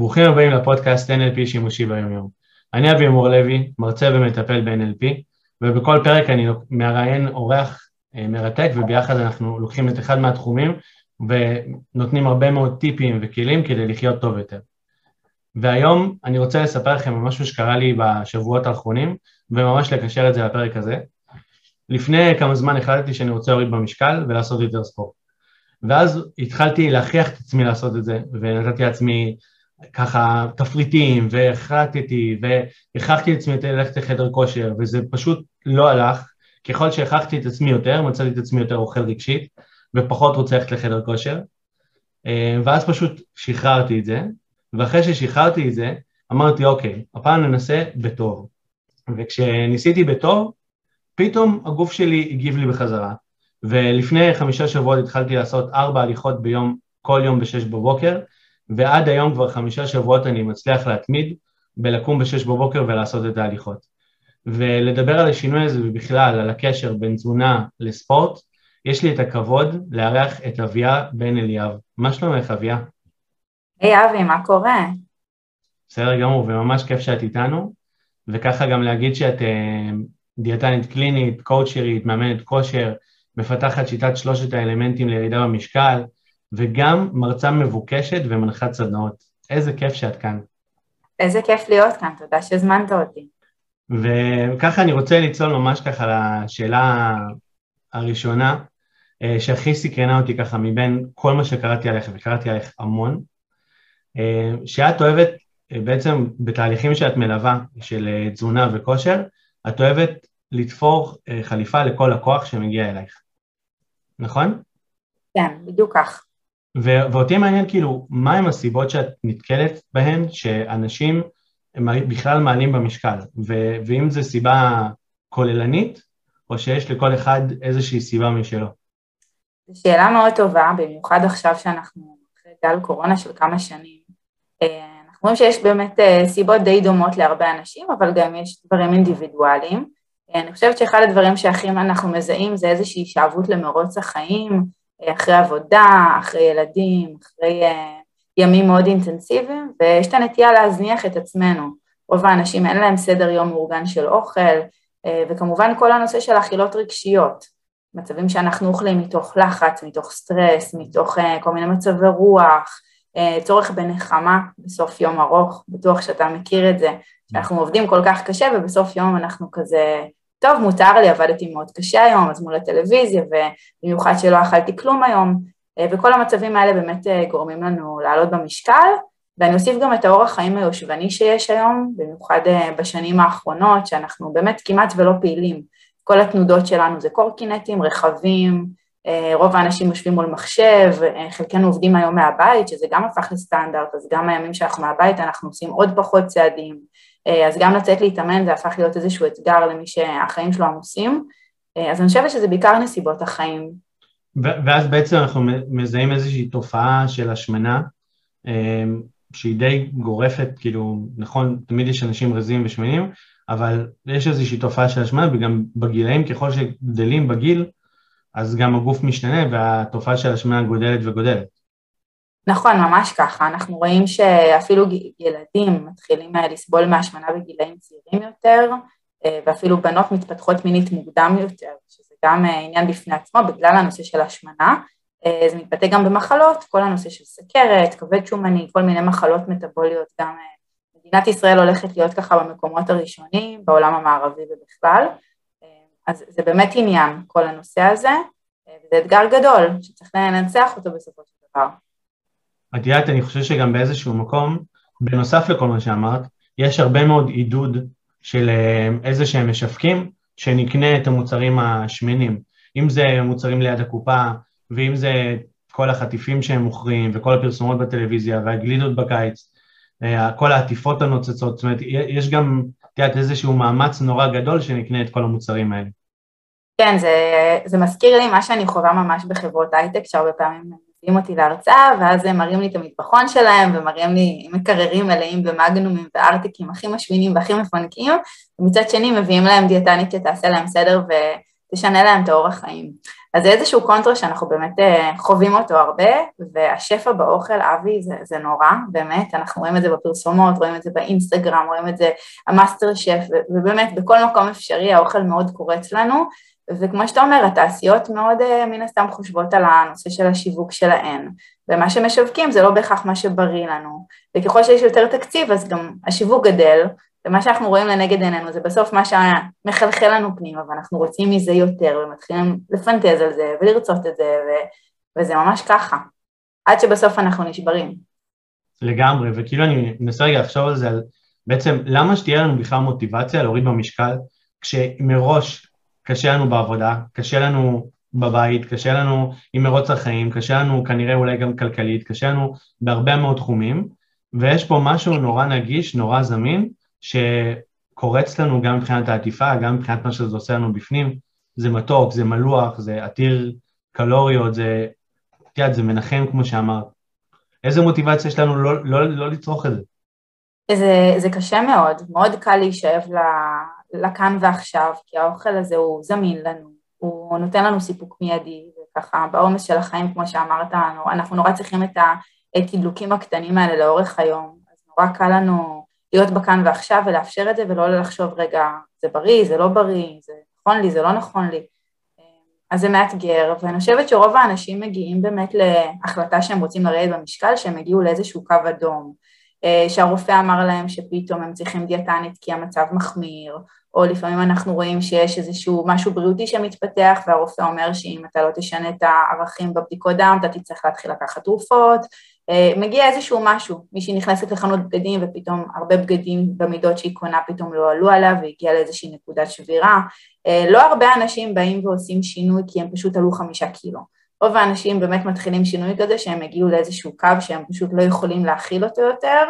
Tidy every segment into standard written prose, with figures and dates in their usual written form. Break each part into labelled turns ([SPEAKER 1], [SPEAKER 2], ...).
[SPEAKER 1] ברוכים הבאים לפודקאסט NLP שימושי ביום יום. אני אבי אמור לוי, מרצה ומטפל ב-NLP, ובכל פרק אני מראיין אורח מרתק, וביחד אנחנו לוקחים את אחד מהתחומים, ונותנים הרבה מאוד טיפים וכלים כדי לחיות טוב יותר. והיום אני רוצה לספר לכם על משהו שקרה לי בשבועות האחרונים, וממש לקשר את זה לפרק הזה. לפני כמה זמן החלטתי שאני רוצה להוריד במשקל ולעשות יותר ספורט. ואז התחלתי להכריח את עצמי לעשות את זה, ונתתי לעצמי ככה תפריטים, והחלטתי, והכרחתי את עצמי ללכת לחדר כושר, וזה פשוט לא הלך. ככל שהכרחתי את עצמי יותר, מצאתי את עצמי יותר אוכל רגשית, ופחות רוצה ללכת לחדר כושר. ואז פשוט שחררתי את זה, ואחרי ששחררתי את זה, אמרתי, אוקיי, הפעם ננסה בטוב. וכשניסיתי בטוב, פתאום הגוף שלי הגיב לי בחזרה. ולפני 5 שבועות התחלתי לעשות 4 הליכות ביום, כל יום ב-6 בבוקר, ועד היום כבר 5 שבועות אני מצליח להתמיד בלקום ב-6 בבוקר ולעשות את ההליכות. ולדבר על השינוי הזה ובכלל, על הקשר בין תזונה לספורט, יש לי את הכבוד לארח את אביה בן אליאב. מה שלומך, אביה?
[SPEAKER 2] היי אבי, מה קורה?
[SPEAKER 1] בסדר גמור, וממש כיף שאת איתנו, וככה גם להגיד שאת דיאטנית קלינית, קואוצ'רית, מאמנת כושר, מפתחת שיטת 3 האלמנטים לירידה במשקל, וגם מרצה מבוקשת ומנחת סדנאות. איזה כיף שאת כאן.
[SPEAKER 2] איזה כיף להיות כאן, תודה שהזמנת אותי.
[SPEAKER 1] וככה אני רוצה לצלול ממש ככה לשאלה הראשונה, שהכי סקרנה אותי ככה מבין כל מה שקראתי עליך, וקראתי עליך המון, שאת אוהבת בעצם בתהליכים שאת מלווה של תזונה וכושר, את אוהבת לתפור חליפה לכל לקוח שמגיע אלייך. נכון?
[SPEAKER 2] כן, בדיוק כך.
[SPEAKER 1] ואותי מעניין כאילו, מה הם הסיבות שאת נתקלת בהן, שאנשים בכלל מעלים במשקל, ואם זו סיבה כוללנית, או שיש לכל אחד איזושהי סיבה משלו?
[SPEAKER 2] זו שאלה מאוד טובה, במיוחד עכשיו שאנחנו אחרי גל קורונה של כמה שנים. אנחנו רואים שיש באמת סיבות די דומות להרבה אנשים, אבל גם יש דברים אינדיבידואליים. אני חושבת שאחד הדברים שהכי אנחנו מזהים זה איזושהי שאבות למרוץ החיים, אחרי עבודה, אחרי ילדים, אחרי ימים מאוד אינטנסיביים, ויש את הנטייה להזניח את עצמנו. רוב האנשים אין להם סדר יום מאורגן של אוכל, וכמובן כל הנושא של אכילות רגשיות, מצבים שאנחנו אוכלים מתוך לחץ, מתוך סטרס, מתוך כל מיני מצבי רוח, צורך בנחמה בסוף יום ארוך, בטוח שאתה מכיר את זה, שאנחנו עובדים כל כך קשה ובסוף יום אנחנו כזה, טוב מותר לי, עבדתי מאוד קשה היום, אז מול הטלוויזיה ובמיוחד שלא אכלתי כלום היום, וכל המצבים האלה באמת גורמים לנו לעלות במשקל, ואני אוסיף גם את האורח חיים היושבני שיש היום, במיוחד בשנים האחרונות, שאנחנו באמת כמעט ולא פעילים, כל התנודות שלנו זה קורקינטים, רכבים, רוב האנשים יושבים מול מחשב, חלקנו עובדים היום מהבית, שזה גם הפך לסטנדרט, אז גם הימים שאנחנו מהבית אנחנו עושים עוד פחות צעדים, אז גם לצאת להתאמן זה הפך להיות איזשהו אתגר למי שהחיים שלו עמוסים, אז אני חושבת שזה בעיקר נסיבות החיים.
[SPEAKER 1] ואז בעצם אנחנו מזהים איזושהי תופעה של השמנה, שהיא די גורפת, כאילו, נכון, תמיד יש אנשים רזים ושמנים, אבל יש איזושהי תופעה של השמנה, וגם בגילאים, ככל שגדלים בגיל, אז גם הגוף משתנה, והתופעה של השמנה גודלת וגודלת.
[SPEAKER 2] נכון, ממש ככה. אנחנו רואים שאפילו ילדים מתחילים לסבול מהשמנה בגילאים צעירים יותר, ואפילו בנות מתפתחות מינית מוקדם יותר, שזה גם עניין בפני עצמו, בגלל הנושא של השמנה. זה מתבטא גם במחלות, כל הנושא של סכרת, כבד שומני, כל מיני מחלות מטאבוליות, גם מדינת ישראל הולכת להיות ככה במקומות הראשונים, בעולם המערבי ובכלל. אז זה באמת עניין, כל הנושא הזה, וזה אתגר גדול, שצריך לנצח אותו בסופו של דבר.
[SPEAKER 1] את יודעת, אני חושב שגם באיזשהו מקום, בנוסף לכל מה שאמרת, יש הרבה מאוד עידוד של איזה שהם משווקים, שנקנה את המוצרים השמנים. אם זה מוצרים ליד הקופה, ואם זה כל החטיפים שהם מוכרים, וכל הפרסומות בטלוויזיה, והגלידות בקיץ, כל העטיפות הנוצצות, זאת אומרת, יש גם, תיאת, איזשהו מאמץ נורא גדול שנקנה את כל המוצרים האלה.
[SPEAKER 2] כן, זה מזכיר לי מה שאני חווה ממש בחברות הייטק, שהרבה פעמים מביאים אותי להרצאה, ואז הם מראים לי את המטבחון שלהם, ומראים לי מקררים מלאים במגנומים וארטיקים הכי משמינים והכי מפנקים, ומצד שני מביאים להם דיאטנית שתעשה להם סדר תשנה להם את האורח חיים. אז זה איזשהו קונטרה שאנחנו באמת חווים אותו הרבה, והשפע באוכל, אבי, זה נורא, באמת, אנחנו רואים את זה בפרסומות, רואים את זה באינסטגרם, רואים את זה המאסטר שף, ובאמת בכל מקום אפשרי האוכל מאוד קורץ לנו, וכמו שאתה אומר, התעשיות מאוד מן הסתם חושבות על הנושא של השיווק שלהן, ומה שמשווקים זה לא בהכרח מה שבריא לנו, וככל שיש יותר תקציב אז גם השיווק גדל, ומה שאנחנו רואים לנגד עינינו זה בסוף מה שמחלחל לנו פנימה, ואנחנו רוצים מזה יותר, ומתחילים לפנטז על זה ולרצות את זה, וזה ממש ככה, עד שבסוף אנחנו נשברים.
[SPEAKER 1] לגמרי, וכאילו אני מנסה רגע לחשוב על זה, על בעצם למה שתהיה לנו בכלל מוטיבציה להוריד במשקל, כשמראש קשה לנו בעבודה, קשה לנו בבית, קשה לנו עם מרוץ החיים, קשה לנו כנראה אולי גם כלכלית, קשה לנו בהרבה מאוד תחומים, ויש פה משהו נורא נגיש, נורא זמין, שקורץ לנו גם מבחינת העטיפה, גם מבחינת מה שזה עושה לנו בפנים, זה מתוק, זה מלוח, זה עתיר קלוריות, זה, זה מנחם כמו שאמרת. איזה מוטיבציה יש לנו לא לצרוך את זה?
[SPEAKER 2] זה קשה מאוד, מאוד קל להישאב לכאן ועכשיו, כי האוכל הזה הוא זמין לנו, הוא נותן לנו סיפוק מיידי, וככה בעומס של החיים, כמו שאמרת, אנחנו נורא צריכים את התדלוקים הקטנים האלה לאורך היום, אז נורא קל לנו להיות בכאן ועכשיו ולאפשר את זה, ולא לחשוב רגע, זה בריא, זה לא בריא, זה נכון לי, זה לא נכון לי, אז זה מאתגר, ואני חושבת שרוב האנשים מגיעים באמת להחלטה שהם רוצים לרדת במשקל, שהם הגיעו לאיזשהו קו אדום, שהרופא אמר להם שפתאום הם צריכים דיאטנית כי המצב מחמיר, או לפעמים אנחנו רואים שיש איזשהו משהו בריאותי שמתפתח, והרופא אומר שאם אתה לא תשנה את הערכים בבדיקות דם, אתה תצטרך להתחיל לקחת תרופות, מגיע איזשהו משהו, מישהי נכנסת לחנות בגדים, ופתאום הרבה בגדים במידות שהיא קונה פתאום לא עלו עליו, והגיעה לאיזושהי נקודת שבירה, לא הרבה אנשים באים ועושים שינוי כי הם פשוט עלו 5 קילו, רוב האנשים באמת מתחילים שינוי כזה שהם הגיעו לאיזשהו קו שהם פשוט לא יכולים להכיל אותו יותר,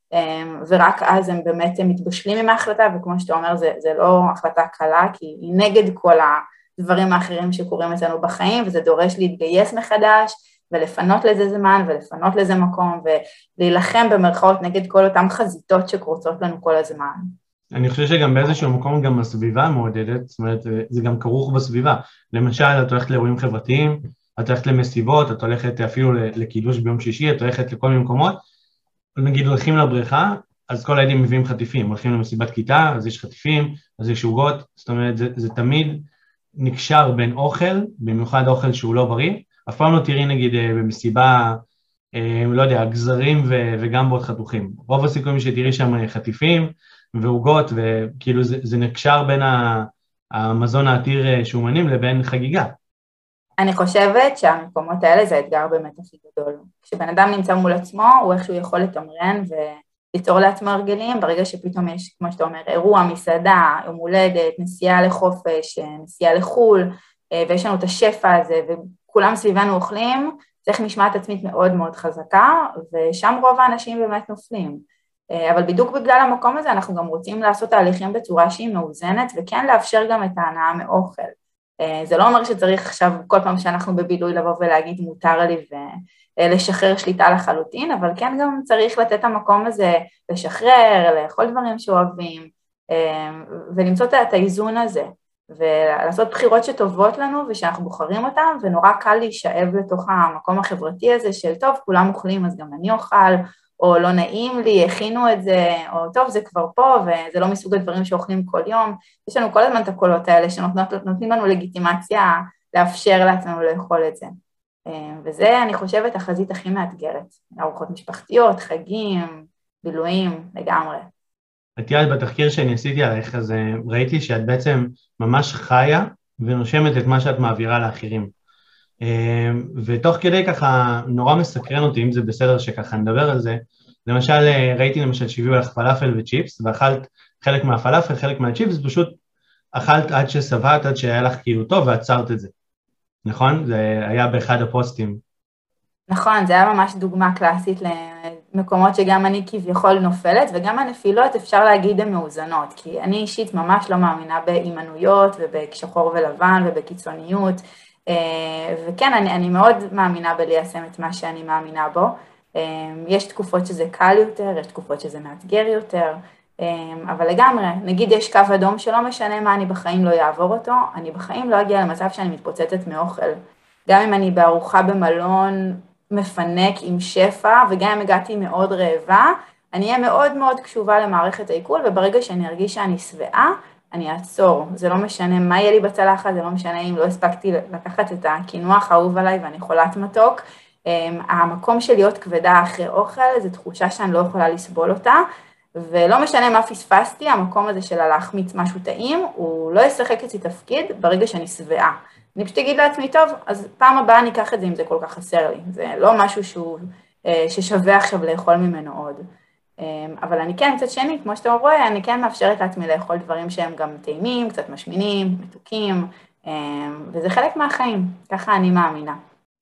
[SPEAKER 2] ורק אז הם באמת מתבשלים עם ההחלטה, וכמו שאתה אומר זה לא החלטה קלה, כי היא נגד כל הדברים האחרים שקורים אצלנו בחיים, וזה דורש להתגייס מחדש, ולפנות לזה זמן, ולפנות לזה מקום, ולהילחם במרכאות נגד כל אותם חזיתות שקורצות לנו כל הזמן.
[SPEAKER 1] אני חושב שגם באיזשהו מקום גם הסביבה מעודדת, זאת אומרת, זה גם כרוך בסביבה. למשל, את הולכת לאירועים חברתיים, את הולכת למסיבות, את הולכת אפילו לקידוש ביום שישי, את הולכת לכל מיני מקומות, נגיד הולכים לבריכה, אז כל הילדים מביאים חטיפים, הולכים למסיבת כיתה, אז יש חטיפים, אז יש עוגות, זאת אומרת, זה תמיד נקשר בין אוכל, במיוחד אוכל שהוא לא בריא, אף פעם לא תראי נגיד במסיבה, לא יודע, גזרים וגם בעות חתוכים. רוב הסיכויים שתראי שם חטיפים ועוגות, וכאילו זה נקשר בין המזון העתיר שומנים לבין חגיגה.
[SPEAKER 2] אני חושבת שהמקומות האלה זה האתגר באמת הכי גדול. כשבן אדם נמצא מול עצמו, הוא איכשהו יכול לתמרן וליצור לעצמו הרגלים, ברגע שפתאום יש, כמו שאתה אומר, אירוע, מסעדה, יום הולדת, נסיעה לחופש, נסיעה לחול, ויש לנו את השפע הזה, וכולם סביבנו אוכלים, צריך משמעת עצמית מאוד מאוד חזקה, ושם רוב האנשים באמת נופלים. אבל בדיוק בגלל המקום הזה, אנחנו גם רוצים לעשות תהליכים בצורה שהיא מאוזנת, וכן לאפשר גם את ההנאה מאוכל. זה לא אומר שצריך עכשיו כל פעם שאנחנו בבילוי לבוא ולהגיד מותר לי ולשחרר שליטה לחלוטין, אבל כן גם צריך לתת את המקום הזה לשחרר, לאכול דברים שאוהבים, ולמצוא את האיזון הזה, ולעשות בחירות שטובות לנו ושאנחנו בוחרים אותם, ונורא קל להישאב לתוך המקום החברתי הזה של טוב, כולם אוכלים אז גם אני אוכל, או לא נעים לי, הכינו את זה, או טוב, זה כבר פה, וזה לא מסוג הדברים שאוכלים כל יום. יש לנו כל הזמן את הקולות האלה שנותנים לנו לגיטימציה לאפשר לעצמנו לאכול את זה. וזה, אני חושבת, החזית הכי מאתגרת. ארוחות משפחתיות, חגים, בילויים, לגמרי.
[SPEAKER 1] את יודעת, בתחקיר שאני עשיתי עליך, אז ראיתי שאת בעצם ממש חיה ונושמת את מה שאת מעבירה לאחרים. ותוך כדי ככה נורא מסקרן אותי, אם זה בסדר שככה נדבר על זה, למשל ראיתי למשל שהביאו לך פלאפל וצ'יפס, ואכלת חלק מהפלאפל, חלק מהצ'יפס, פשוט אכלת עד שסבעת, עד שהיה לך כאילו טוב ועצרת את זה, נכון? זה היה באחד הפוסטים.
[SPEAKER 2] נכון, זה היה ממש דוגמה קלאסית למקומות שגם אני כביכול נופלת, וגם הנפילות אפשר להגיד הן מאוזנות, כי אני אישית ממש לא מאמינה באימנויות ובשחור ולבן ובקיצוניות, וכן, אני מאוד מאמינה בליישם את מה שאני מאמינה בו. יש תקופות שזה קל יותר, יש תקופות שזה מאתגר יותר, אבל לגמרי, נגיד יש קו אדום שלא משנה מה, אני בחיים לא יעבור אותו, אני בחיים לא אגיע למצב שאני מתפוצצת מאוכל. גם אם אני בארוחה במלון מפנק עם שפע, וגם אם הגעתי מאוד רעבה, אני אהיה מאוד מאוד קשובה למערכת העיכול, וברגע שאני ארגיש שאני שבעה, אני אעצור. זה לא משנה מה יהיה לי בצלחת, זה לא משנה אם לא הספקתי לקחת את הקינוח האהוב עליי ואני חולת מתוק. המקום של להיות כבדה אחרי אוכל, זו תחושה שאני לא יכולה לסבול אותה, ולא משנה מה פספסתי, המקום הזה של להחמיץ משהו טעים, הוא לא ישחק אצלי תפקיד ברגע שאני שבעה. אני פשוט אגיד לעצמי, טוב, אז פעם הבאה אני אקח את זה אם זה כל כך חסר לי. זה לא משהו ששווה עכשיו לאכול ממנו עוד. אבל אני כן, קצת שני, כמו שאתה רואה, אני כן מאפשרת לעצמי לאכול דברים שהם גם טעימים, קצת משמינים, מתוקים, וזה חלק מהחיים, ככה אני מאמינה.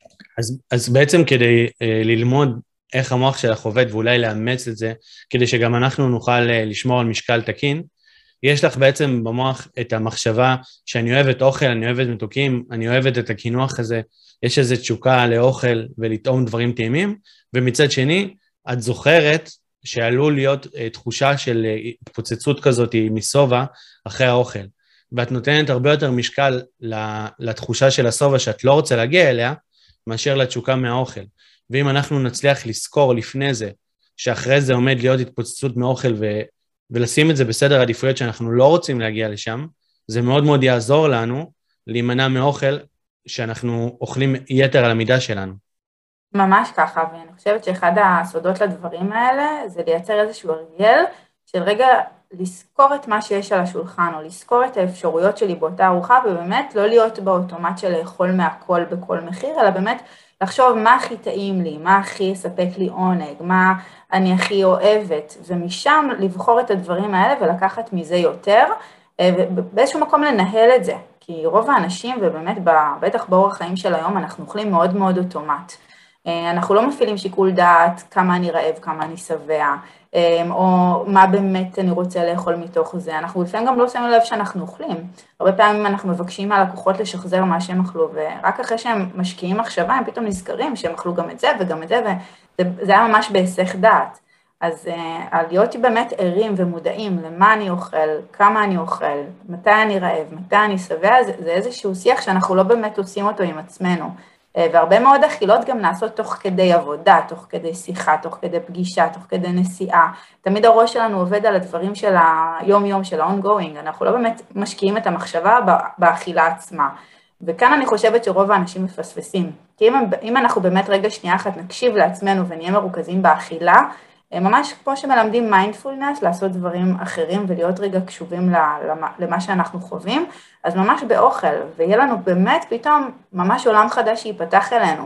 [SPEAKER 1] אז בעצם כדי ללמוד איך המוח שלך עובד ואולי לאמץ את זה, כדי שגם אנחנו נוכל לשמור על משקל תקין, יש לך בעצם במוח את המחשבה שאני אוהבת אוכל, אני אוהבת מתוקים, אני אוהבת את הקינוח הזה, יש איזו תשוקה לאוכל ולטעום דברים טעימים, ומצד שני, את זוכרת שעלול להיות תחושה של התפוצצות כזאת מסובה אחרי האוכל, ואת נותנת הרבה יותר משקל לתחושה של הסובה שאת לא רוצה להגיע אליה, מאשר לתשוקה מהאוכל. ואם אנחנו נצליח לזכור לפני זה, שאחרי זה עומד להיות התפוצצות מאוכל ולשים את זה בסדר עדיפויות שאנחנו לא רוצים להגיע לשם, זה מאוד מאוד יעזור לנו להימנע מאוכל שאנחנו אוכלים יתר על המידה שלנו.
[SPEAKER 2] ממש ככה, ואני חושבת שאחד הסודות לדברים האלה זה לייצר איזשהו הרגל של רגע לזכור את מה שיש על השולחן, או לזכור את האפשרויות שלי באותה ארוחה, ובאמת לא להיות באוטומט של לאכול מהכל בכל מחיר, אלא באמת לחשוב מה הכי טעים לי, מה הכי יספק לי עונג, מה אני הכי אוהבת, ומשם לבחור את הדברים האלה ולקחת מזה יותר, ובאיזשהו מקום לנהל את זה, כי רוב האנשים, ובאמת בטח באורח החיים של היום, אנחנו אוכלים מאוד מאוד אוטומט. אנחנו לא מפעילים שיקול דעת כמה אני רעב, כמה אני שבע, או מה באמת אני רוצה לאכול מתוך זה. אנחנו לפעמים גם לא שמים לב שאנחנו אוכלים. הרבה פעמים אנחנו מבקשים מהלקוחות לשחזר מה שהם אכלו, ורק אחרי שהם משקיעים מחשבה, הם פתאום נזכרים שהם אכלו גם את זה וגם את זה, וזה היה ממש בהיסח דעת. אז להיות באמת ערים ומודעים למה אני אוכל, כמה אני אוכל, מתי אני רעב, מתי אני שבע, זה איזשהו שיח שאנחנו לא באמת עושים אותו עם עצמנו. והרבה מאוד אכילות גם נעשות תוך כדי עבודה, תוך כדי שיחה, תוך כדי פגישה, תוך כדי נסיעה. תמיד הראש שלנו עובד על הדברים של היום-יום, של ה-ongoing, אנחנו לא באמת משקיעים את המחשבה באכילה עצמה. וכאן אני חושבת שרוב האנשים מפספסים. כי אם אנחנו באמת רגע שנייה אחת נקשיב לעצמנו ונהיה מרוכזים באכילה, ממש כמו שמלמדים מיינדפולנס, לעשות דברים אחרים ולהיות רגע קשובים למה שאנחנו חווים, אז ממש באוכל, ויהיה לנו באמת פתאום ממש עולם חדש שיפתח אלינו,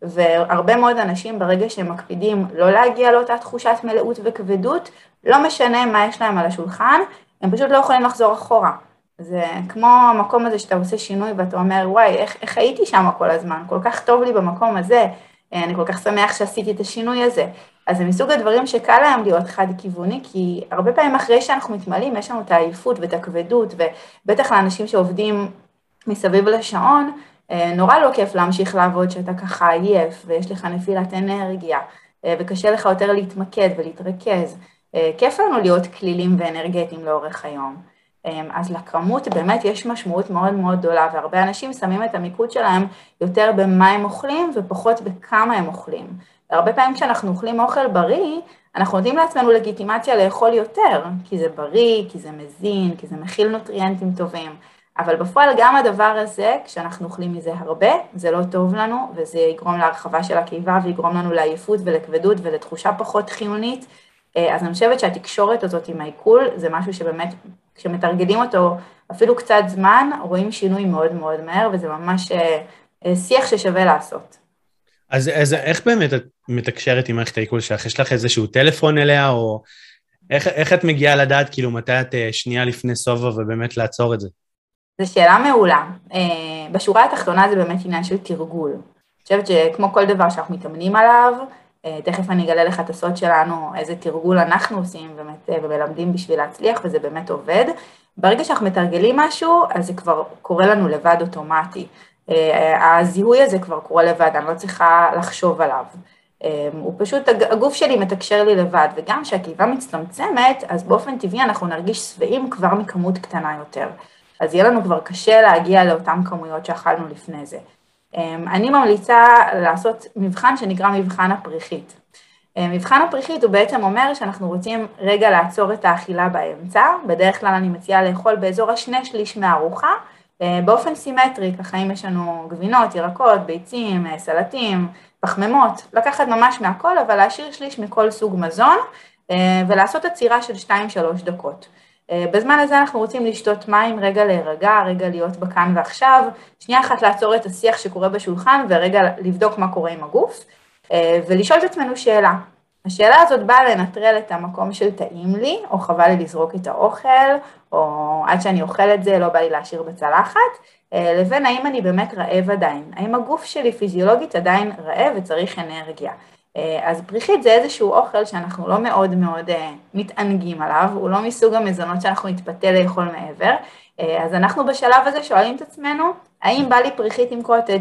[SPEAKER 2] והרבה מאוד אנשים ברגע שהם מקפידים לא להגיע לאותה תחושת מלאות וכבדות, לא משנה מה יש להם על השולחן, הם פשוט לא יכולים לחזור אחורה. זה כמו המקום הזה שאתה עושה שינוי ואתה אומר, וואי, איך הייתי שם כל הזמן, כל כך טוב לי במקום הזה, אני כל כך שמח שעשיתי את השינוי הזה. אז זה מסוג הדברים שקל להם להיות חד-כיווני, כי הרבה פעמים אחרי שאנחנו מתמלאים, יש לנו את העייפות ואת הכבדות, ובטח לאנשים שעובדים מסביב לשעון, נורא לא כיף להמשיך לעבוד שאתה ככה עייף, ויש לך נפילת אנרגיה, וקשה לך יותר להתמקד ולהתרכז. כיף לנו להיות כלילים ואנרגטיים לאורך היום. אז לכמות באמת יש משמעות מאוד מאוד גדולה, והרבה אנשים שמים את המיקוד שלהם יותר במה הם אוכלים, ופחות בכמה הם אוכלים. והרבה פעמים כשאנחנו אוכלים אוכל בריא, אנחנו נותנים לעצמנו לגיטימציה לאכול יותר, כי זה בריא, כי זה מזין, כי זה מכיל נוטריאנטים טובים. אבל בפועל גם הדבר הזה, כשאנחנו אוכלים מזה הרבה, זה לא טוב לנו, וזה יגרום להרחבה של הקיבה, ויגרום לנו לעייפות ולכבדות ולתחושה פחות חיונית. אז אני חושבת שהתקשורת הזאת עם העיכול, זה משהו שבאמת, כשמתרגלים אותו אפילו קצת זמן, רואים שינוי מאוד מאוד מהר, וזה ממש שיח ששווה לעשות.
[SPEAKER 1] אז איך באמת את מתקשרת עם מערכת העיכול שלך? יש לך איזשהו טלפון אליה, או איך את מגיעה לדעת כאילו מתי את שנייה לפני סובה ובאמת לעצור את זה?
[SPEAKER 2] זו שאלה מעולה. בשורה התחתונה זה באמת עניין של תרגול. אני חושבת שכמו כל דבר שאנחנו מתאמנים עליו, תכף אני אגלה לך את הסוד שלנו, איזה תרגול אנחנו עושים באמת, ומלמדים בשביל להצליח, וזה באמת עובד. ברגע שאנחנו מתרגלים משהו, אז זה כבר קורה לנו לבד אוטומטי. הזיהוי הזה כבר קורה לבד, אני לא צריכה לחשוב עליו. הוא פשוט, הגוף שלי מתקשר לי לבד, וגם כשהקיבה מצטמצמת, אז באופן טבעי אנחנו נרגיש שבעים כבר מכמות קטנה יותר. אז יהיה לנו כבר קשה להגיע לאותן כמויות שאכלנו לפני זה. אני ממליצה לעשות מבחן שנקרא מבחן הפריחית. מבחן הפריחית הוא בעצם אומר שאנחנו רוצים רגע לעצור את האכילה באמצע, בדרך כלל אני מציעה לאכול באזור השני שליש מהארוחה, באופן סימטרי, ככה אם יש לנו גבינות, ירקות, ביצים, סלטים, פחמימות, לקחת ממש מהכל, אבל להשאיר שליש מכל סוג מזון, ולעשות עצירה של 2-3 דקות. בזמן הזה אנחנו רוצים לשתות מים, רגע להירגע, רגע להיות בכאן ועכשיו, שנייה אחת לעצור את השיח שקורה בשולחן, ורגע לבדוק מה קורה עם הגוף, ולשאול את עצמנו שאלה. השאלה הזאת באה לנטרל את המקום של טעים לי, או חבל לי לזרוק את האוכל, או עד שאני אוכל את זה לא בא לי להשאיר בצלחת, לבין האם אני באמת רעב עדיין, האם הגוף שלי פיזיולוגית עדיין רעב וצריך אנרגיה. אז פריחית זה איזשהו אוכל שאנחנו לא מאוד מאוד מתענגים עליו, הוא לא מסוג המזונות שאנחנו נתפתה לאכול מעבר, אז אנחנו בשלב הזה שואלים את עצמנו, האם בא לי פריחית עם קוטג'?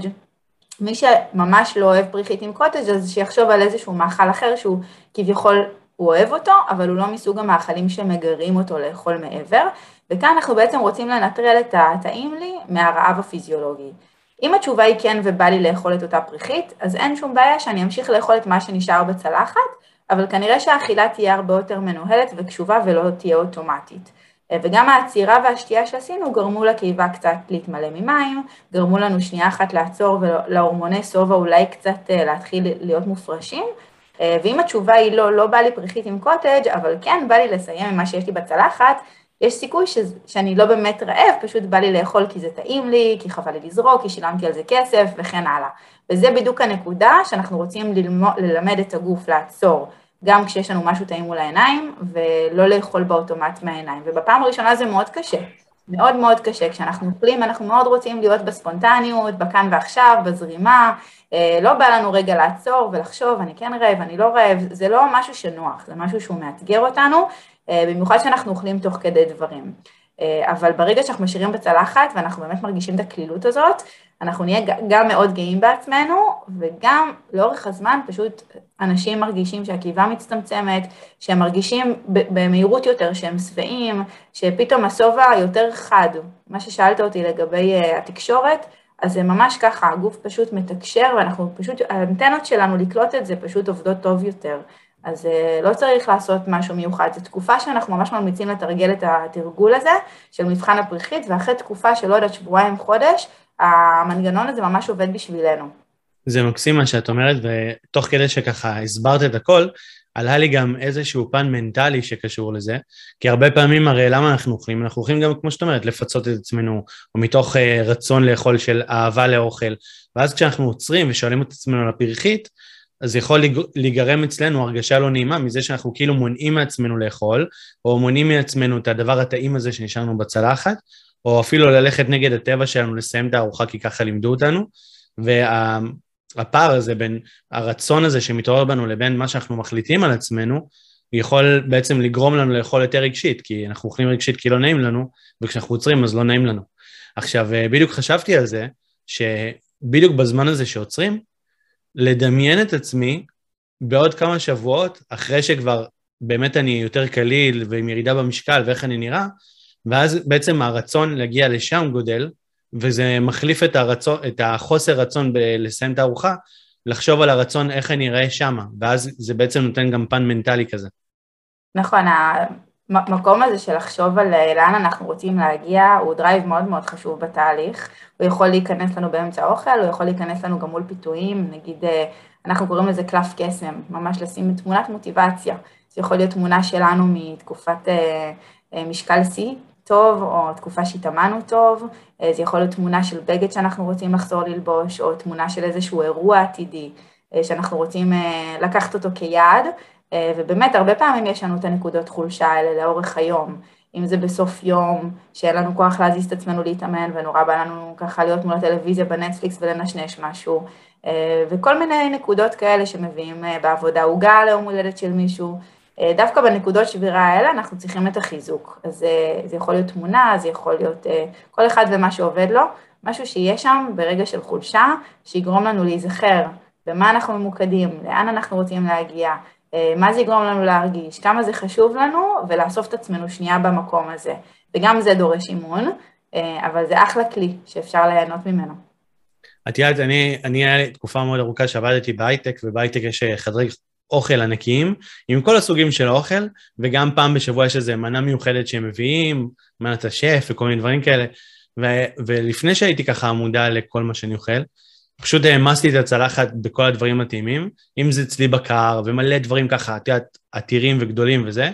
[SPEAKER 2] מי שממש לא אוהב פריחית עם קוטג' אז שיחשוב על איזשהו מאכל אחר שהוא כביכול הוא אוהב אותו, אבל הוא לא מסוג המאכלים שמגרים אותו לאכול מעבר, וכאן אנחנו בעצם רוצים לנטרל את הטעים לי מהרעב הפיזיולוגי. אם התשובה היא כן ובא לי לאכול את אותה פריחית, אז אין שום בעיה שאני אמשיך לאכול את מה שנשאר בצלחת, אבל כנראה שהאכילה תהיה הרבה יותר מנוהלת וקשובה ולא תהיה אוטומטית. וגם העצירה והשתייה שעשינו גרמו לקיבה קצת להתמלא ממים, גרמו לנו שנייה אחת לעצור ולהורמוני סובה אולי קצת להתחיל להיות מופרשים, ואם התשובה היא לא בא לי פריחית עם קוטג' אבל כן בא לי לסיים עם מה שיש לי בצלחת, יש סיכוי שאני לא באמת רעב, פשוט בא לי לאכול כי זה טעים לי, כי חבל לי לזרוק, כי שילמתי על זה כסף וכן הלאה. וזה בדיוק הנקודה שאנחנו רוצים ללמד את הגוף לעצור, גם כשיש לנו משהו טעים מול העיניים, ולא לאכול באוטומט מהעיניים. ובפעם הראשונה זה מאוד קשה, מאוד מאוד קשה. כשאנחנו אוכלים, אנחנו מאוד רוצים להיות בספונטניות, בכאן ועכשיו, בזרימה, לא בא לנו רגע לעצור ולחשוב, אני כן רעב, אני לא רעב, זה לא משהו שנוח, זה משהו שהוא מאתגר אותנו, במיוחד שאנחנו אוכלים תוך כדי דברים. אבל ברגע שאנחנו משאירים בצלחת, ואנחנו באמת מרגישים את הכלילות הזאת, אנחנו נהיה גם מאוד גאים בעצמנו, וגם לאורך הזמן פשוט אנשים מרגישים שהקיבה מצטמצמת, שהם מרגישים במהירות יותר, שהם שבעים, שפתאום הסובה יותר חד. מה ששאלת אותי לגבי התקשורת, אז זה ממש ככה, הגוף פשוט מתקשר, ואנחנו פשוט, האנטנות שלנו לקלוט את זה פשוט עובדות טוב יותר. אז לא צריך לעשות משהו מיוחד, זו תקופה שאנחנו ממש ממליצים לתרגל את התרגול הזה, של מבחן הפריחית, ואחרי תקופה של עוד שבועיים חודש, המנגנון הזה ממש עובד בשבילנו.
[SPEAKER 1] זה מקסים מה שאת אומרת, ותוך כדי שככה הסברת את הכל, עלה לי גם איזשהו פן מנטלי שקשור לזה, כי הרבה פעמים הרי למה אנחנו אוכלים? אנחנו אוכלים גם, כמו שאת אומרת, לפצות את עצמנו, או מתוך רצון לאכול של אהבה לאוכל, ואז כשאנחנו עוצרים ושואלים את עצמנו על הפריחית, אז יכול להיגרם אצלנו הרגשה לא נעימה, מזה שאנחנו כאילו מונעים מעצמנו לאכול, או מונעים מעצמנו את הדבר הטעים הזה שנשארנו בצלחת, או אפילו ללכת נגד הטבע שלנו, לסיים את הארוחה, כי ככה לימדו אותנו, והפער הזה בין הרצון הזה שמתעורר בנו לבין מה שאנחנו מחליטים על עצמנו, יכול בעצם לגרום לנו לאכול יותר רגשית, כי אנחנו אוכלים רגשית כי לא נעים לנו, וכשאנחנו עוצרים אז לא נעים לנו. עכשיו, בדיוק חשבתי על זה, שבדיוק בזמן הזה שעוצרים, לדמיין את עצמי בעוד כמה שבועות, אחרי שכבר באמת אני יותר קליל ועם ירידה במשקל ואיך אני נראה, ואז בעצם הרצון להגיע לשם גודל, וזה מחליף את החוסר רצון לסיים את הארוחה, לחשוב על הרצון איך אני אראה שם, ואז זה בעצם נותן גם פן מנטלי כזה.
[SPEAKER 2] נכון, המקום הזה של לחשוב על לאן אנחנו רוצים להגיע, הוא דרייב מאוד מאוד חשוב בתהליך, הוא יכול להיכנס לנו באמצע האוכל, הוא יכול להיכנס לנו גם מול פיתויים, נגיד אנחנו קוראים לזה קלף קסם, ממש לשים תמונת מוטיבציה, זה יכול להיות תמונה שלנו מתקופת משקל C טוב, או תקופה שהתאמנו טוב, זה יכול להיות תמונה של בגד שאנחנו רוצים לחזור ללבוש, או תמונה של איזשהו אירוע עתידי, שאנחנו רוצים לקחת אותו כיעד, ובאמת הרבה פעמים יש לנו את הנקודות חולשה האלה לאורך היום, אם זה בסוף יום, שאין לנו כוח להזיז את עצמנו להתאמן, ונורא בא לנו ככה להיות מול הטלוויזיה בנטפליקס ולנשנש משהו, וכל מיני נקודות כאלה שמביאים בעבודה הוגה ליום הולדת של מישהו, דווקא בנקודות שבירה האלה אנחנו צריכים את החיזוק, אז זה יכול להיות תמונה, זה יכול להיות כל אחד ומה שעובד לו, משהו שיהיה שם ברגע של חולשה, שיגרום לנו להיזכר במה אנחנו ממוקדים, לאן אנחנו רוצים להגיע, מה זה יגרום לנו להרגיש, כמה זה חשוב לנו, ולאסוף את עצמנו שנייה במקום הזה. וגם זה דורש אימון, אבל זה אחלה כלי שאפשר ליהנות ממנו.
[SPEAKER 3] את יודעת, אני היה לי תקופה מאוד ארוכה שעבדתי בהייטק, ובהייטק יש חדרי אוכל ענקיים, עם כל הסוגים של האוכל, וגם פעם בשבוע יש איזו מנה מיוחדת שהם מביאים, מנת השף וכל מיני דברים כאלה, ולפני שהייתי ככה מודע לכל מה שאני אוכל, פשוט העמסתי את הצלחת בכל הדברים הטעימים, אם זה צלי בקר ומלא דברים ככה, את יודעת, עתירים וגדולים וזה,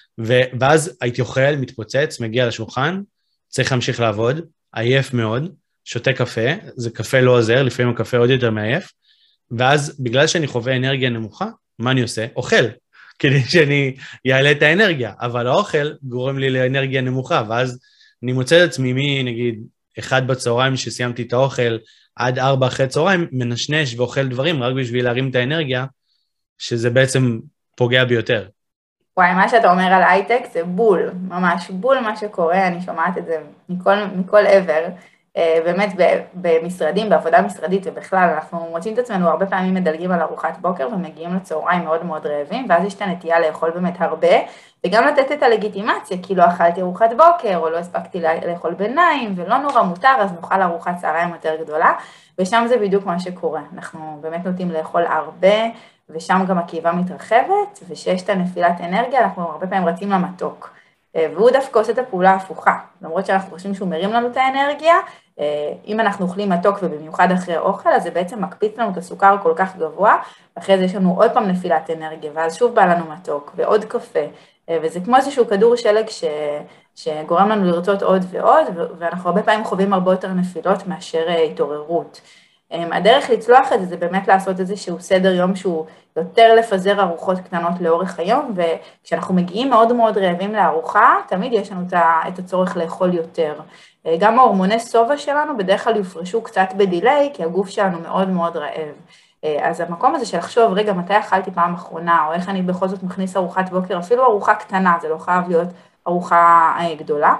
[SPEAKER 3] ואז הייתי אוכל, מתפוצץ, מגיע לשולחן, צריך להמשיך לעבוד, עייף מאוד, שותה קפה, זה קפה לא עוזר, לפעמים הקפה עוד יותר מעייף, ואז בגלל שאני חווה אנרגיה נמוכה, מה אני עושה? אוכל, כדי שאני אעלה את האנרגיה, אבל האוכל גורם לי לאנרגיה נמוכה, ואז אני מוצא את עצמי נגיד 1 בצהריים שסיימתי את האוכל, עד 4 אחרי צהריים, מנשנש ואוכל דברים רק בשביל להרים את האנרגיה, שזה בעצם פוגע ביותר.
[SPEAKER 2] וואי, מה שאתה אומר על הייטק זה בול, ממש בול מה שקורה, אני שומעת את זה מכל עבר, באמת במשרדים, בעבודה משרדית ובכלל, אנחנו מוצאים את עצמנו הרבה פעמים מדלגים על ארוחת בוקר ומגיעים לצהריים מאוד מאוד רעבים, ואז יש את הנטייה לאכול באמת הרבה, וגם לתת את הלגיטימציה, כי לא אכלתי ארוחת בוקר, או לא הספקתי לאכול ביניים, ולא נורא מותר, אז נאכל ארוחת צהריים יותר גדולה, ושם זה בדיוק מה שקורה, אנחנו באמת נוטים לאכול הרבה, ושם גם הקיבה מתרחבת, ושיש את הנפילת אנרגיה, אנחנו הרבה פעמים רצים למתוק. והוא דווקא עושה את הפעולה ההפוכה, למרות שאנחנו חושבים שהוא מרים לנו את האנרגיה, אם אנחנו אוכלים מתוק ובמיוחד אחרי אוכל, אז זה בעצם מקפיץ לנו את הסוכר כל כך גבוה, ואחרי זה יש לנו עוד פעם נפילת אנרגיה, ואז שוב בא לנו מתוק ועוד קפה, וזה כמו איזשהו כדור שלג שגורם לנו לרצות עוד ועוד, ואנחנו הרבה פעמים חווים הרבה יותר נפילות מאשר התעוררות. הדרך לצלוח את זה, זה באמת לעשות איזשהו סדר יום שהוא יותר לפזר ארוחות קטנות לאורך היום, וכשאנחנו מגיעים מאוד מאוד רעבים לארוחה, תמיד יש לנו את הצורך לאכול יותר. גם ההורמוני סובה שלנו בדרך כלל יופרשו קצת בדיליי, כי הגוף שלנו מאוד מאוד רעב. אז המקום הזה של לחשוב, רגע, מתי אכלתי פעם אחרונה, או איך אני בכל זאת מכניס ארוחת בוקר, אפילו ארוחה קטנה, זה לא חייב להיות ארוחה גדולה,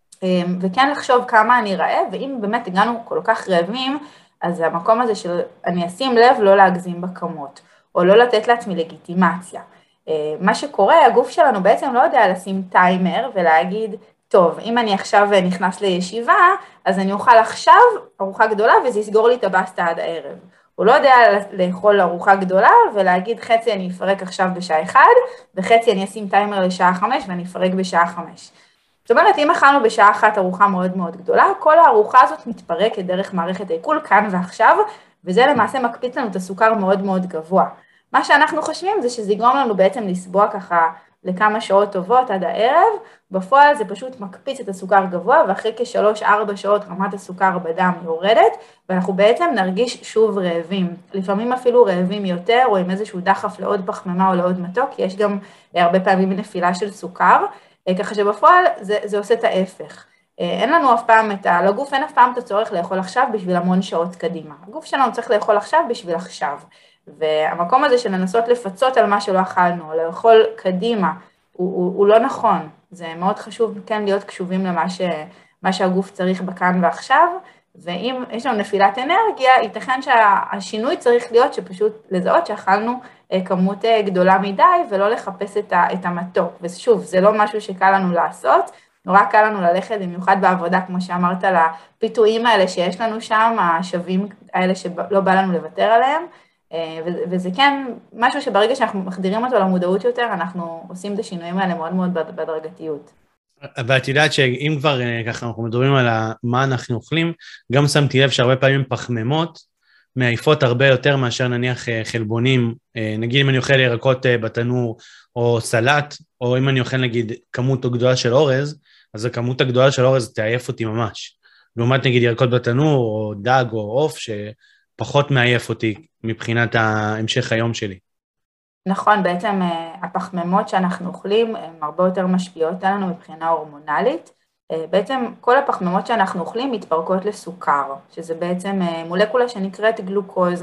[SPEAKER 2] וכן לחשוב כמה אני רעב, ואם באמת הגענו כל כך רעבים, אז המקום הזה של אני אשים לב לא להגזים בכמות, או לא לתת לעצמי לגיטימציה. מה שקורה, הגוף שלנו בעצם לא יודע לשים טיימר ולהגיד, טוב, אם אני עכשיו נכנס לישיבה, אז אני אוכל עכשיו ארוחה גדולה וזה יסגור לי את הבסטה עד הערב. הוא לא יודע לאכול ארוחה גדולה ולהגיד חצי אני אפרק עכשיו בשעה 1, וחצי אני אשים טיימר לשעה 5 ואני אפרק בשעה 5. זאת אומרת, אם אכלנו בשעה 1 ארוחה מאוד מאוד גדולה, כל הארוחה הזאת מתפרקת דרך מערכת העיכול כאן ועכשיו, וזה למעשה מקפיץ לנו את הסוכר מאוד מאוד גבוה. מה שאנחנו חושבים זה שזה יגרום לנו בעצם לסבוע ככה לכמה שעות טובות עד הערב, בפועל זה פשוט מקפיץ את הסוכר גבוה, ואחרי כ3-4 שעות רמת הסוכר בדם יורדת, ואנחנו בעצם נרגיש שוב רעבים. לפעמים אפילו רעבים יותר, או עם איזשהו דחף לעוד פחמימה או לעוד מתוק, כי יש גם הרבה פעמים נפילה של סוכר, ככה שבפועל זה עושה את ההפך. אין לנו אף פעם לגוף אין אף פעם את הצורך לאכול עכשיו בשביל המון שעות קדימה. הגוף שלנו צריך לאכול עכשיו בשביל עכשיו. והמקום הזה של לנסות לפצות על מה שלא אכלנו, או לאכול קדימה, הוא לא נכון. זה מאוד חשוב כן להיות קשובים למה שהגוף צריך בכאן ועכשיו, ואם יש לנו נפילת אנרגיה, ייתכן שהשינוי צריך להיות שפשוט לזהות שאכלנו כמות גדולה מדי, ולא לחפש את המתוק. ושוב, זה לא משהו שקל לנו לעשות, נורא קל לנו ללכת, במיוחד בעבודה, כמו שאמרת, לפיתויים האלה שיש לנו שם, השווים האלה שלא בא לנו לוותר עליהם, וזה כן משהו שברגע שאנחנו מחדירים אותו למודעות יותר, אנחנו עושים את השינויים האלה מאוד מאוד בדרגתיות.
[SPEAKER 3] ואת יודעת שאם כבר ככה אנחנו מדברים על מה אנחנו אוכלים, גם שמתי לב שהרבה פעמים פחמימות מעיפות הרבה יותר מאשר נניח חלבונים, נגיד אם אני אוכל ירקות בתנור או סלט, או אם אני אוכל נגיד כמות גדולה של אורז, אז הכמות הגדולה של אורז תעייף אותי ממש. לעומת נגיד ירקות בתנור או דג או עוף שפחות מעייף אותי מבחינת המשך היום שלי.
[SPEAKER 2] נכון, בעצם הפחמימות שאנחנו אוכלים הן הרבה יותר משפיעות עלינו מבחינה הורמונלית. בעצם כל הפחמימות שאנחנו אוכלים מתפרקות לסוכר, שזה בעצם מולקולה שנקראת גלוקוז.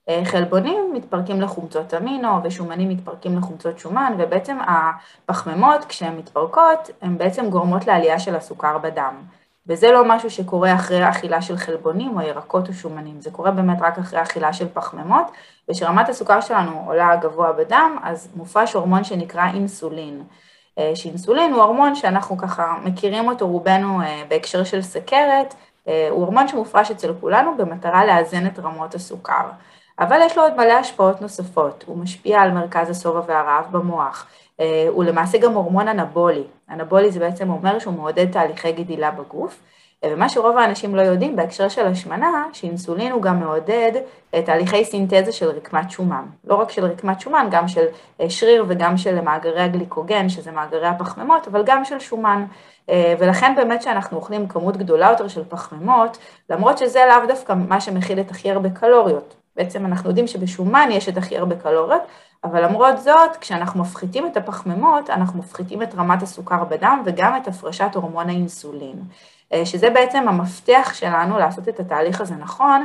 [SPEAKER 2] חלבונים מתפרקים לחומצות אמינו ושומנים מתפרקים לחומצות שומן, ובעצם הפחמימות כשהן מתפרקות הן בעצם גורמות לעלייה של הסוכר בדם. וזה לא משהו שקורה אחרי אכילה של חלבונים או ירקות או שומנים, זה קורה באמת רק אחרי אכילה של פחמימות, ושרמת הסוכר שלנו עולה גבוה בדם, אז מופרש הורמון שנקרא אינסולין. שאינסולין הוא הורמון שאנחנו ככה מכירים אותו רובנו בהקשר של סכרת, הוא הורמון שמופרש אצל כולנו במטרה לאזן את רמות הסוכר. אבל יש לו עוד מלא השפעות נוספות, הוא משפיע על מרכז השובע והרעב במוח, הוא למעשה גם הורמון אנבולי. אנבולי זה בעצם אומר שהוא מעודד תהליכי גדילה בגוף, ומה שרוב האנשים לא יודעים בהקשר של השמנה, שאינסולין הוא גם מעודד תהליכי סינתזה של רקמת שומן. לא רק של רקמת שומן, גם של שריר וגם של מאגרי הגליקוגן, שזה מאגרי הפחמימות, אבל גם של שומן. ולכן באמת שאנחנו אוכלים כמות גדולה יותר של פחמימות, למרות שזה לאו דווקא מה שמכיל את הכי הרבה קלוריות. בעצם אנחנו יודעים שבשומן יש את הכי הרבה קלוריות, אבל למרות זאת, כשאנחנו מפחיתים את הפחמימות, אנחנו מפחיתים את רמת הסוכר בדם וגם את הפרשת הורמון האינסולין. שזה בעצם המפתח שלנו לעשות את התהליך הזה נכון,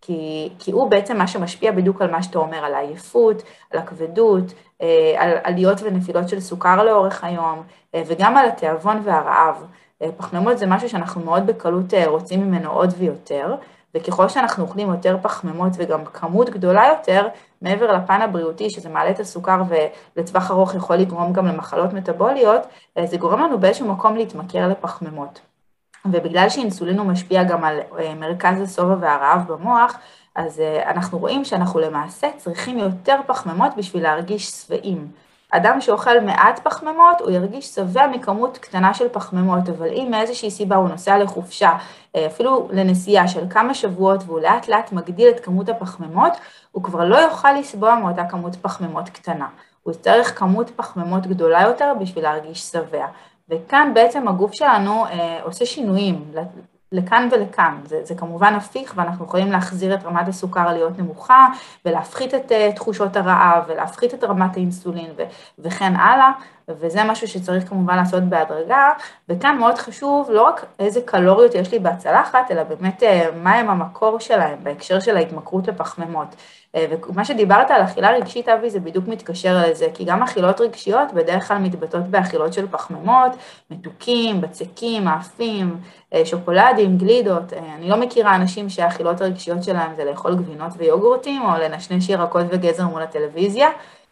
[SPEAKER 2] כי הוא בעצם מה שמשפיע בדיוק על מה שאתה אומר, על העייפות, על הכבדות, על עליות ונפילות של סוכר לאורך היום, וגם על התיאבון והרעב. פחמימות זה משהו שאנחנו מאוד בקלות רוצים ממנו עוד ויותר, וככל שאנחנו אוכלים יותר פחמימות וגם כמות גדולה יותר, מעבר לפן הבריאותי, שזה מעלה את הסוכר ולטווח ארוך יכול לגרום גם למחלות מטאבוליות, זה גורם לנו באיזשהו מקום להתמכר לפחמימות. ובגלל שאינסולין הוא משפיע גם על מרכז השובע והרעב במוח, אז אנחנו רואים שאנחנו למעשה צריכים יותר פחמימות בשביל להרגיש שבעים. אדם שאוכל מעט פחמימות, הוא ירגיש שבע מכמות קטנה של פחמימות, אבל אם מאיזושהי סיבה הוא נוסע לחופשה, אפילו לנסיעה של כמה שבועות, והוא לאט לאט מגדיל את כמות הפחמימות, הוא כבר לא יוכל לסבוע מאותה כמות פחמימות קטנה. הוא יצטרך כמות פחמימות גדולה יותר בשביל להרגיש שבע. וכאן בעצם הגוף שלנו עושה שינויים לכאן ולכאן. זה כמובן הפיך, ואנחנו יכולים להחזיר את רמת הסוכר להיות נמוכה, ולהפחית את תחושות הרעב, ולהפחית את רמת האינסולין וכן הלאה, וזה משהו שצריך כמובן לעשות בהדרגה, וכאן מאוד חשוב לא רק איזה קלוריות יש לי בצלחת, אלא באמת מהם המקור שלהם, בהקשר של ההתמכרות לפחמימות. ומה שדיברת על אכילה רגשית, אבי, זה בדיוק מתקשר לזה, כי גם אכילות רגשיות בדרך כלל מתבטאות באכילות של פחמימות, מתוקים, בצקים, מאפים, שוקולדים, גלידות. אני לא מכירה אנשים שהאכילות הרגשיות שלהם זה לאכול גבינות ויוגורטים, או לנשנש ירקות וגזר מול הטלוויזיה,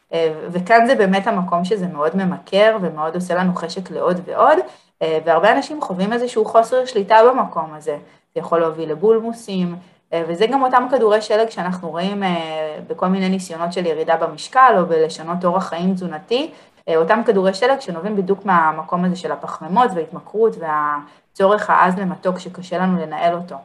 [SPEAKER 2] וכאן זה באמת המקום שזה מאוד ממכר, ומאוד עושה לנו חשק לעוד ועוד, והרבה אנשים חווים איזשהו חוסר שליטה במקום הזה. זה יכול להוביל לבולמוסים, וזה גם אותם כדורי שלג שאנחנו רואים בכל מיני ניסיונות של ירידה במשקל, או בלשנות אורח חיים תזונתי, אותם כדורי שלג שנובעים בדיוק מהמקום הזה של הפחמימות וההתמכרות, והצורך העז למתוק שקשה לנו לנהל אותו.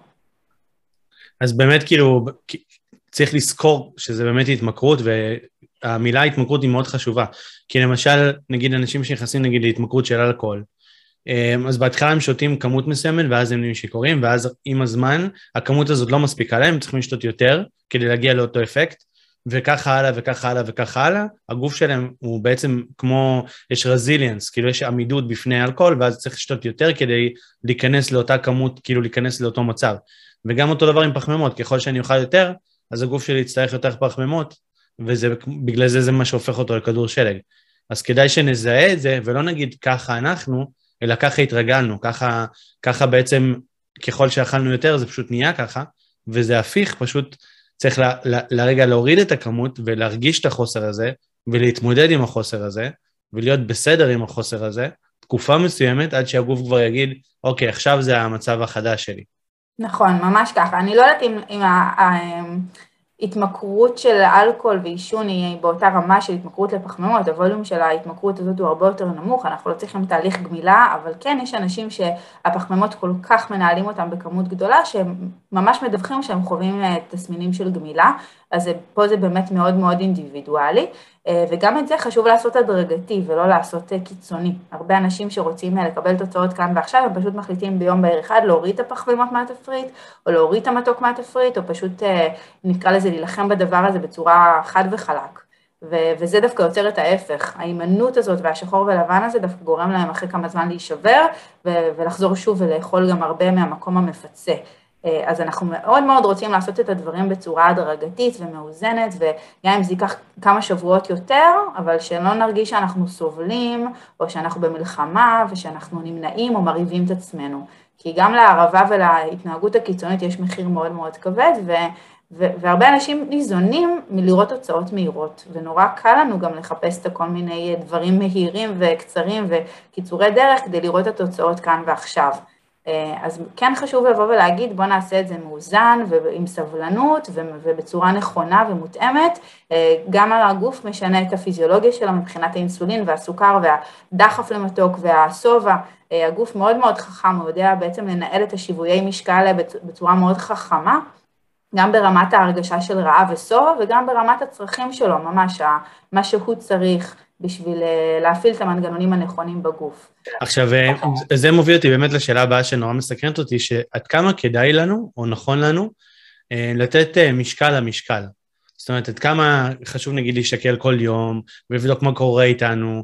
[SPEAKER 3] אז באמת כאילו, צריך לזכור שזה באמת התמכרות, והמילה התמכרות היא מאוד חשובה, כי למשל, נגיד אנשים שנכנסים נגיד להתמכרות של אלכוהול, אז בהתחלה הם שותים כמות מסוימת, ואז הם נהיים שיכורים, ואז עם הזמן, הכמות הזאת לא מספיקה להם, הם צריכים לשתות יותר, כדי להגיע לאותו אפקט, וככה הלאה, וככה הלאה, וככה הלאה, הגוף שלהם הוא בעצם כמו, יש רזיליאנס, כאילו יש עמידות בפני אלכוהול, ואז צריך לשתות יותר כדי להיכנס לאותה כמות, כאילו להיכנס לאותו מצב. וגם אותו דבר עם פחמימות, ככל שאני אוכל יותר, אז הגוף שלי יצטרך יותר פחמימות, ובגלל זה מה שהופך אותו לכדור שלג. אז כדאי שנזהה את זה, ולא נגיד ככה אנחנו, אלא ככה התרגלנו, ככה בעצם ככל שאכלנו יותר זה פשוט נהיה ככה, וזה הפיך, פשוט צריך לרגע להוריד את הכמות ולהרגיש את החוסר הזה, ולהתמודד עם החוסר הזה, ולהיות בסדר עם החוסר הזה, תקופה מסוימת עד שהגוף כבר יגיד, אוקיי, עכשיו זה המצב החדש שלי.
[SPEAKER 2] נכון, ממש ככה. אני לא יודעת אם ההתמכרות של אלכוהול ועישון היא באותה רמה של התמכרות לפחמימות, הווליום של ההתמכרות הזאת הוא הרבה יותר נמוך, אנחנו לא צריכים תהליך גמילה, אבל כן יש אנשים שהפחמימות כל כך מנהלים אותם בכמות גדולה, שהם ממש מדווחים שהם חווים תסמינים של גמילה, אז פה זה באמת מאוד מאוד אינדיבידואלי, וגם את זה חשוב לעשות הדרגתי ולא לעשות קיצוני. הרבה אנשים שרוצים לקבל תוצאות כאן ועכשיו, הם פשוט מחליטים ביום בהיר אחד להוריד את הפחמימות מהתפריט, או להוריד את המתוק מהתפריט, או פשוט נקרא לזה להילחם בדבר הזה בצורה חד וחלק. וזה דווקא יוצר את ההפך. ההימנעות הזאת והשחור ולבן הזה דווקא גורם להם אחרי כמה זמן להישבר, ולחזור שוב ולאכול גם הרבה מהמקום המפצה. אז אנחנו מאוד מאוד רוצים לעשות את הדברים בצורה הדרגתית ומאוזנת, וגם אם זה ייקח כמה שבועות יותר, אבל שלא נרגיש שאנחנו סובלים, או שאנחנו במלחמה, ושאנחנו נמנעים או מריבים את עצמנו. כי גם לערבה ולהתנהגות הקיצונית יש מחיר מאוד מאוד כבד, והרבה אנשים ניזונים מלראות תוצאות מהירות, ונורא קל לנו גם לחפש את כל מיני דברים מהירים וקצרים וקיצורי דרך כדי לראות את התוצאות כאן ועכשיו. אז כן חשוב לבוא ולהגיד, בוא נעשה את זה מאוזן ועם סבלנות ובצורה נכונה ומותאמת. גם הגוף משנה את הפיזיולוגיה שלו מבחינת האינסולין והסוכר והדחף למתוק והסובה. הגוף מאוד מאוד חכם, הוא יודע בעצם לנהל את השיוויי משקל בצורה מאוד חכמה, גם ברמת ההרגשה של רעב וסובה וגם ברמת הצרכים שלו, ממש מה שהוא צריך בשביל להפעיל את המנגנונים הנכונים בגוף.
[SPEAKER 3] עכשיו, זה מוביל אותי באמת לשאלה הבאה שנורא מסקרנת אותי, שעד כמה כדאי לנו, או נכון לנו, לתת משקל למשקל. זאת אומרת, עד כמה חשוב נגיד להשתכל כל יום, ולבדוק מה קורה איתנו,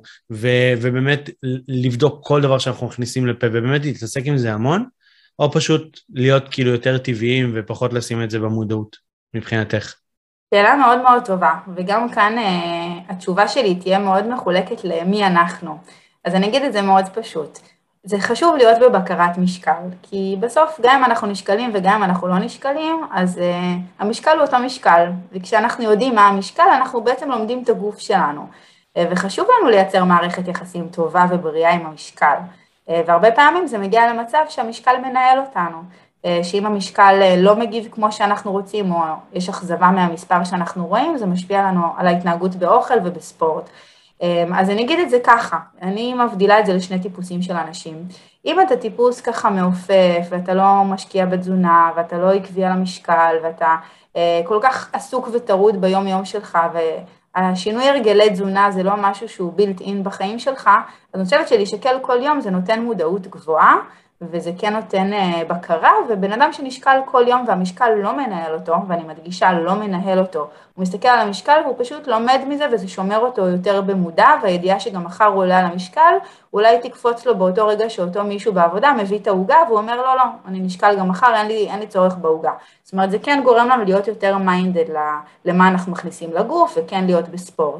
[SPEAKER 3] ובאמת לבדוק כל דבר שאנחנו מכניסים לפה, ובאמת להתעסק עם זה המון, או פשוט להיות כאילו יותר טבעיים, ופחות לשים את זה במודעות, מבחינתך.
[SPEAKER 2] שאלה מאוד מאוד טובה, וגם כאן התשובה שלי תהיה מאוד מחולקת למי אנחנו. אז אני אגיד את זה מאוד פשוט. זה חשוב להיות בבקרת משקל, כי בסוף גם אם אנחנו נשקלים וגם אם אנחנו לא נשקלים, אז המשקל הוא אותו משקל, וכשאנחנו יודעים מה המשקל, אנחנו בעצם לומדים את הגוף שלנו. וחשוב לנו לייצר מערכת יחסים טובה ובריאה עם המשקל. והרבה פעמים זה מגיע למצב שהמשקל מנהל אותנו. שאם המשקל לא מגיב כמו שאנחנו רוצים, או יש אכזבה מהמספר שאנחנו רואים, זה משפיע לנו על ההתנהגות באוכל ובספורט. אז אני אגיד את זה ככה, אני מבדילה את זה לשני טיפוסים של אנשים. אם אתה טיפוס ככה מעופף, ואתה לא משקיע בתזונה, ואתה לא עקבי על המשקל, ואתה כל כך עסוק וטרוד ביום יום שלך, והשינוי הרגלי תזונה זה לא משהו שהוא built in בחיים שלך, אז אני חושבת שלהישקל כל יום זה נותן מודעות גבוהה, וזה כן נותן בקרה, ובן אדם שנשקל כל יום והמשקל לא מנהל אותו, ואני מדגישה לא מנהל אותו, הוא מסתכל על המשקל והוא פשוט לומד מזה וזה שומר אותו יותר במודע, והידיעה שגם מחר הוא עולה על המשקל, אולי תקפוץ לו באותו רגע שאותו מישהו בעבודה מביא את ההוגה, והוא אומר לא, אני נשקל גם מחר, אין לי צורך בהוגה. זאת אומרת, זה כן גורם לנו להיות יותר מיינדד למה אנחנו מכניסים לגוף, וכן להיות בספורט.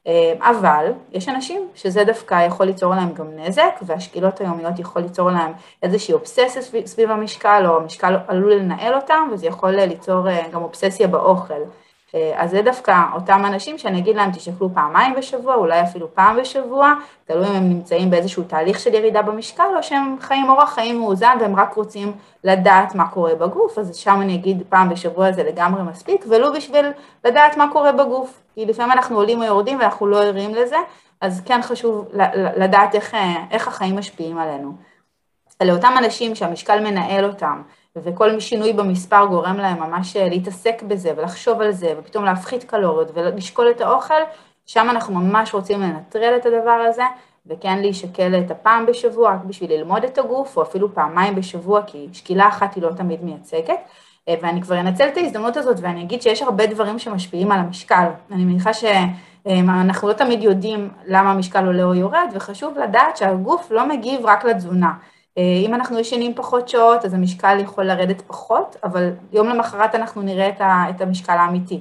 [SPEAKER 2] אבל יש אנשים שזה דווקא יכול ליצור להם גם נזק, והשקילות היומיות יכול ליצור להם איזושהי אובססיה סביב המשקל, או המשקל עלול לנהל אותם, וזה יכול ליצור גם אובססיה באוכל. אז זה דווקא אותם אנשים שאני אגיד להם תשקלו פעמיים בשבוע, אולי אפילו פעם בשבוע, תלוי אם הם נמצאים באיזשהו תהליך של ירידה במשקל, או שהם חיים אורח חיים מאוזן, והם רק רוצים לדעת מה קורה בגוף, אז שם אני אגיד פעם בשבוע זה לגמרי מספיק, ולא בשביל לדעת מה קורה בגוף, כי לפעמים אנחנו עולים או יורדים ואנחנו לא ערים לזה, אז כן חשוב לדעת איך החיים משפיעים עלינו. אלה אותם אנשים שהמשקל מנהל אותם, וכל שינוי במספר גורם להם ממש להתעסק בזה ולחשוב על זה, ופתאום להפחית קלוריות ולשקול את האוכל, שם אנחנו ממש רוצים לנטרל את הדבר הזה, וכן להישקל את הפעם בשבוע, רק בשביל ללמוד את הגוף, או אפילו פעמיים בשבוע, כי שקילה אחת היא לא תמיד מייצגת, ואני כבר אנצל את ההזדמנות הזאת, ואני אגיד שיש הרבה דברים שמשפיעים על המשקל. אני מניחה שאנחנו לא תמיד יודעים למה המשקל עולה או יורד, וחשוב לדעת שהגוף לא מגיב רק לתזונה. אם אנחנו ישנים פחות שעות, אז המשקל יכול לרדת פחות, אבל יום למחרת אנחנו נראה את המשקל האמיתי.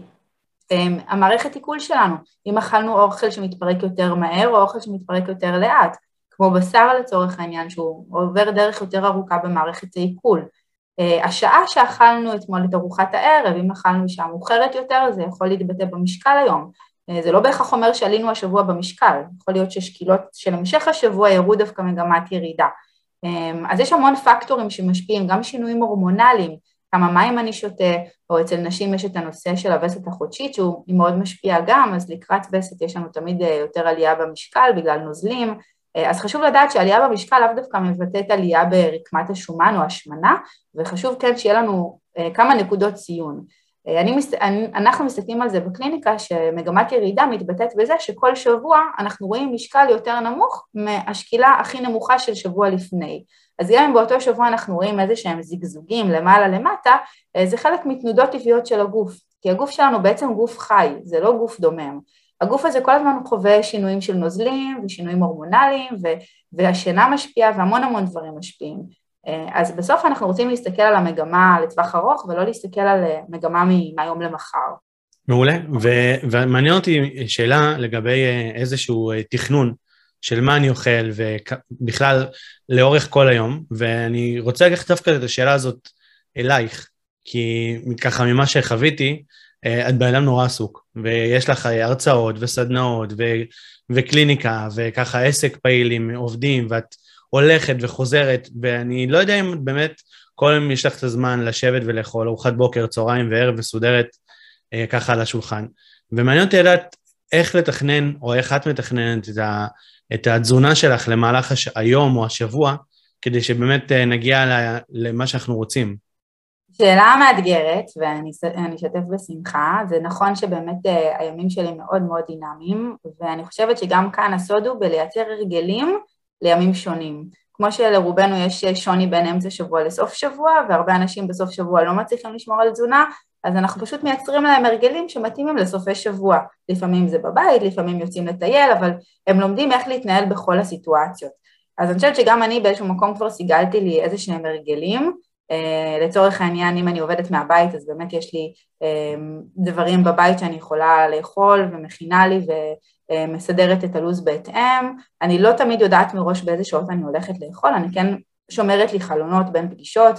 [SPEAKER 2] המערכת עיכול שלנו, אם אכלנו אוכל שמתפרק יותר מהר, או אוכל שמתפרק יותר לאט, כמו בשר לצורך העניין, שהוא עובר דרך יותר ארוכה במערכת העיכול. השעה שאכלנו אתמול את ארוחת הערב, אם אכלנו שעה מאוחרת יותר, זה יכול להתבטא במשקל היום. זה לא בהכרח אומר שעלינו השבוע במשקל, יכול להיות ששקילות של המשך השבוע יראו דווקא מגמת ירידה. אז יש המון פקטורים שמשפיעים, גם שינויים הורמונליים, כמה מים אני שותה, או אצל נשים יש את הנושא של הווסת החודשית, שהוא מאוד משפיע גם, אז לקראת וסת יש לנו תמיד יותר עלייה במשקל בגלל נוזלים, אז חשוב לדעת שעלייה במשקל לאו דווקא מבטאת עלייה ברקמת השומן או השמנה, וחשוב כן שיהיה לנו כמה נקודות ציון. אנחנו מסתכלים על זה בקליניקה שמגמת ירידה מתבטאת בזה שכל שבוע אנחנו רואים משקל יותר נמוך מהשקילה הכי נמוכה של שבוע לפני. אז גם אם באותו שבוע אנחנו רואים איזה שהם זיגזוגים למעלה למטה, זה חלק מתנודות טבעיות של הגוף, כי הגוף שלנו בעצם גוף חי, זה לא גוף דומם. הגוף הזה כל הזמן חווה שינויים של נוזלים ושינויים הורמונליים, והשינה משפיעה והמון המון דברים משפיעים. אז בסוף אנחנו רוצים להסתכל על המגמה לטווח ארוך, ולא להסתכל על מגמה מהיום למחר.
[SPEAKER 3] מעולה, ומעניין אותי שאלה לגבי איזשהו תכנון של מה אני אוכל, ובכלל לאורך כל היום, ואני רוצה לקחת דווקא את השאלה הזאת אלייך, כי ככה ממה שחוויתי, את בן אדם נורא עסוק, ויש לך הרצאות וסדנאות וקליניקה, וככה עסק פעיל עם עובדים, ואת הולכת וחוזרת, ואני לא יודע אם באמת כל יום יש לך את הזמן לשבת ולאכול ארוחת בוקר, צהריים וערב מסודרת ככה על השולחן. ומעניין אותי לדעת איך לתכנן, או איך את מתכננת את התזונה שלך למהלך היום או השבוע, כדי שבאמת נגיע למה שאנחנו רוצים.
[SPEAKER 2] שאלה מאתגרת, ואני אשתף בשמחה. זה נכון שבאמת הימים שלי מאוד מאוד דינמיים, ואני חושבת שגם כאן הסוד הוא בלייצר הרגלים לימים שונים. כמו שלרובנו יש שוני בין אמצע שבוע לסוף שבוע, והרבה אנשים בסוף שבוע לא מצליחים לשמור על תזונה, אז אנחנו פשוט מייצרים להם הרגלים שמתאימים לסופי שבוע. לפעמים זה בבית, לפעמים יוצאים לטייל, אבל הם לומדים איך להתנהל בכל הסיטואציות. אז אני חושבת שגם אני באיזשהו מקום כבר סיגלתי לי איזה שהם הרגלים, לצורך העניין, אם אני עובדת מהבית, אז באמת יש לי דברים בבית שאני יכולה לאכול ומכינה לי ומסדרת את הלו"ז בהתאם. אני לא תמיד יודעת מראש באיזה שעות אני הולכת לאכול, אני כן שומרת לי חלונות בין פגישות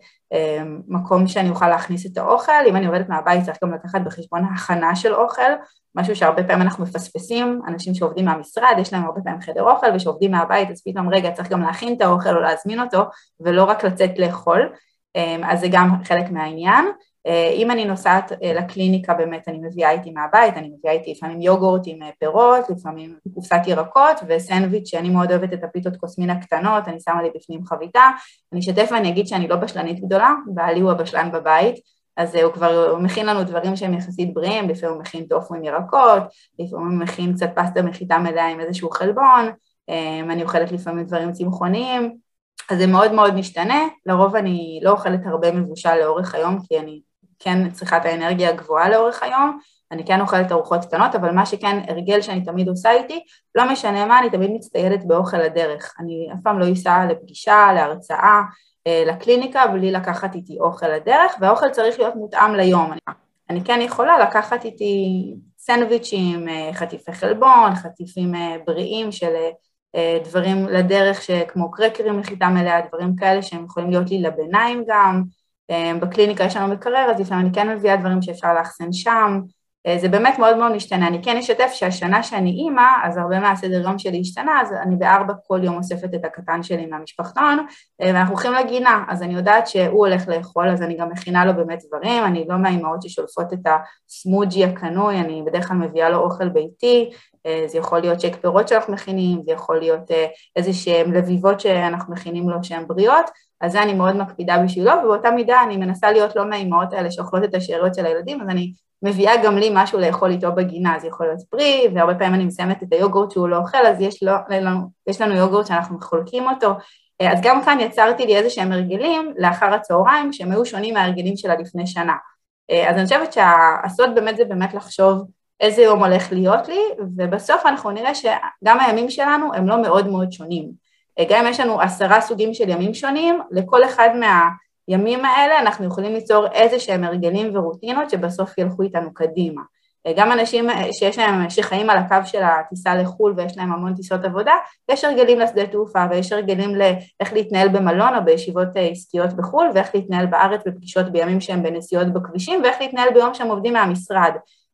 [SPEAKER 2] ומקום שאני אוכל להכניס את האוכל. אם אני עובדת מהבית צריך גם לקחת בחשבון ההכנה של אוכל, משהו שהרבה פעמים אנחנו מפספסים, אנשים שעובדים מהמשרד, יש להם הרבה פעמים חדר אוכל, ושעובדים מהבית, אז פתאום רגע צריך גם להכין את האוכל או להזמין אותו, ולא רק לצאת לאכול, אז זה גם חלק מהעניין. אם אני נוסעת לקליניקה, באמת אני מביאה איתי מהבית, אני מביאה איתי לפעמים יוגורט עם פירות, לפעמים קופסת ירקות, וסנדוויץ' שאני מאוד אוהבת את הפיתות קוסמין הקטנות, אני שמה לי בפנים חביתה, אני אשתף ואני אגיד שאני לא בשלנית גדולה, בעלי הוא הבשלן בבית, אז הוא כבר מכין לנו דברים שהם יחסית בריאים, לפעמים הוא מכין טופו עם ירקות, לפעמים הוא מכין קצת פסטה מחיטה מלאה עם איזשהו חלבון, אני אוכלת לפעמים דברים צמחוניים, אז זה מאוד מאוד משתנה. לרוב אני לא אוכלת הרבה מבושל לאורך היום, כי אני כן צריכה את האנרגיה הגבוהה לאורך היום, אני כן אוכלת ארוחות קטנות, אבל מה שכן הרגל שאני תמיד עושה איתי, לא משנה מה, אני תמיד מצטיידת באוכל הדרך, אני אף פעם לא אסע לפגישה, להרצאה, לקליניקה, בלי לקחת איתי אוכל לדרך, והאוכל צריך להיות מותאם ליום. אני כן יכולה לקחת איתי סנדוויצ'ים, חטיפי חלבון, חטיפים בריאים של דברים לדרך, כמו קרקרים לחיטה מלאה, דברים כאלה שהם יכולים להיות לי לביניים גם. בקליניקה יש לנו מקרר, אז לפעמים אני כן מביאה דברים שאפשר לאחסן שם. זה באמת מאוד מאוד משתנה. אני כן אשתף שהשנה שאני אימא, אז הרבה מהסדר יום שלי השתנה, אז אני ב4 כל יום אוספת את הקטן שלי מהמשפחתון, ואנחנו הולכים לגינה, אז אני יודעת שהוא הולך לאכול, אז אני גם מכינה לו באמת דברים, אני לא מהאימהות ששולפות את הסמוג'י הקנוי, אני בדרך כלל מביאה לו אוכל ביתי, זה יכול להיות שייק פירות שאנחנו מכינים, זה יכול להיות איזשהם לביבות שאנחנו מכינים לו שהן בריאות, אז זה אני מאוד מקפידה בשבילו, ובאותה מידה אני מנסה להיות לא מהאימהות האלה שאוכלות את השאריות של הילדים, אז אני מביאה גם לי משהו לאכול איתו בגינה, אז יכול להיות פרי, והרבה פעמים אני מסיימת את היוגורט שהוא לא אוכל, אז יש לנו יוגורט שאנחנו מחולקים אותו, אז גם כאן יצרתי לי איזה שהם הרגלים לאחר הצהריים, שהם היו שונים מההרגלים שלה לפני שנה. אז אני חושבת שהסוד באמת זה באמת לחשוב איזה יום הולך להיות לי, ובסוף אנחנו נראה שגם הימים שלנו הם לא מאוד מאוד שונים. גם אם יש לנו 10 סוגים של ימים שונים, לכל אחד מהימים האלה אנחנו יכולים ליצור איזה שהם הרגלים ורוטינות שבסוף ילכו איתנו קדימה. גם אנשים שחיים על הקו של הטיסה לחול ויש להם המון טיסות עבודה, יש הרגלים לשדה תעופה ויש הרגלים לאיך להתנהל במלון או בישיבות עסקיות בחול, ואיך להתנהל בארץ בפגישות בימים שהם בנסיעות בכבישים, ואיך להתנהל ביום שהם עובדים מהמשרד.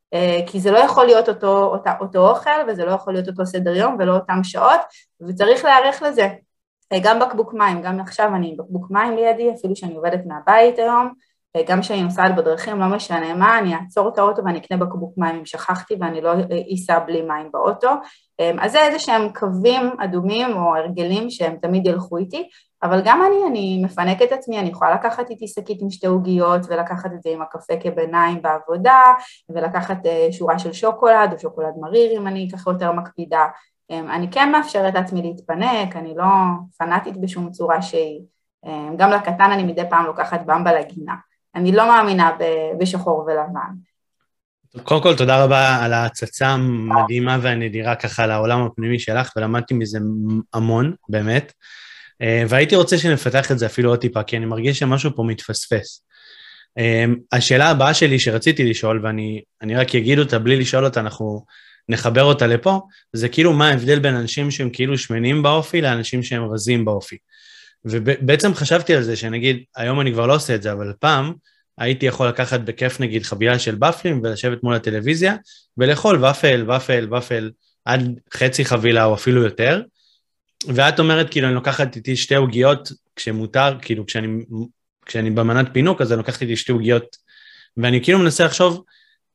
[SPEAKER 2] כי זה לא יכול להיות אותו אוכל, וזה לא יכול להיות אותו סדר יום ולא אותם שעות, וצריך להיערך לזה. גם בקבוק מים, גם עכשיו אני בקבוק מים לידי, אפילו שאני עובדת מהבית היום, גם כשאני נוסעת בדרכים, לא משנה מה, אני אעצור את האוטו ואני אקנה בקבוק מים אם שכחתי, ואני לא אסע בלי מים באוטו. אז זה איזה שהם קווים אדומים או הרגלים שהם תמיד ילכו איתי, אבל גם אני מפנקת את עצמי, אני יכולה לקחת איתי שקית עם 2 עוגיות, ולקחת את זה עם הקפה כביניים בעבודה, ולקחת שורה של שוקולד, או שוקולד מריר אם אני ככה יותר מקפידה. אני כן מאפשרת לעצמי להתפנק, אני לא פנאטית בשום צורה שהיא. גם לקטן אני מדי פעם לוקחת במבה לגינה. אני לא מאמינה בשחור ולבן.
[SPEAKER 3] קודם כל, תודה רבה על ההצצה המדהימה והנדירה ככה לעולם הפנימי שלך, ולמדתי מזה המון, באמת. והייתי רוצה שנפתח את זה אפילו עוד טיפה, כי אני מרגיש שמשהו פה מתפספס. השאלה הבאה שלי שרציתי לשאול, ואני רק אגיד אותה בלי לשאול אותה, אנחנו נחבר אותה לפה, זה כאילו מה ההבדל בין אנשים שהם כאילו שמנים באופי, לאנשים שהם רזים באופי. ובעצם חשבתי על זה, שנגיד, היום אני כבר לא עושה את זה, אבל פעם הייתי יכול לקחת בכיף נגיד חבילה של בפלים, ולשבת מול הטלוויזיה, ולאכול ופל, עד חצי חבילה או אפילו יותר, ואת אומרת, כאילו, אני לוקחת איתי שתי עוגיות כשמותר, כאילו, כשאני במנת פינוק, אז אני לוקחת איתי שתי עוגיות, ואני כאילו מנסה לחשוב,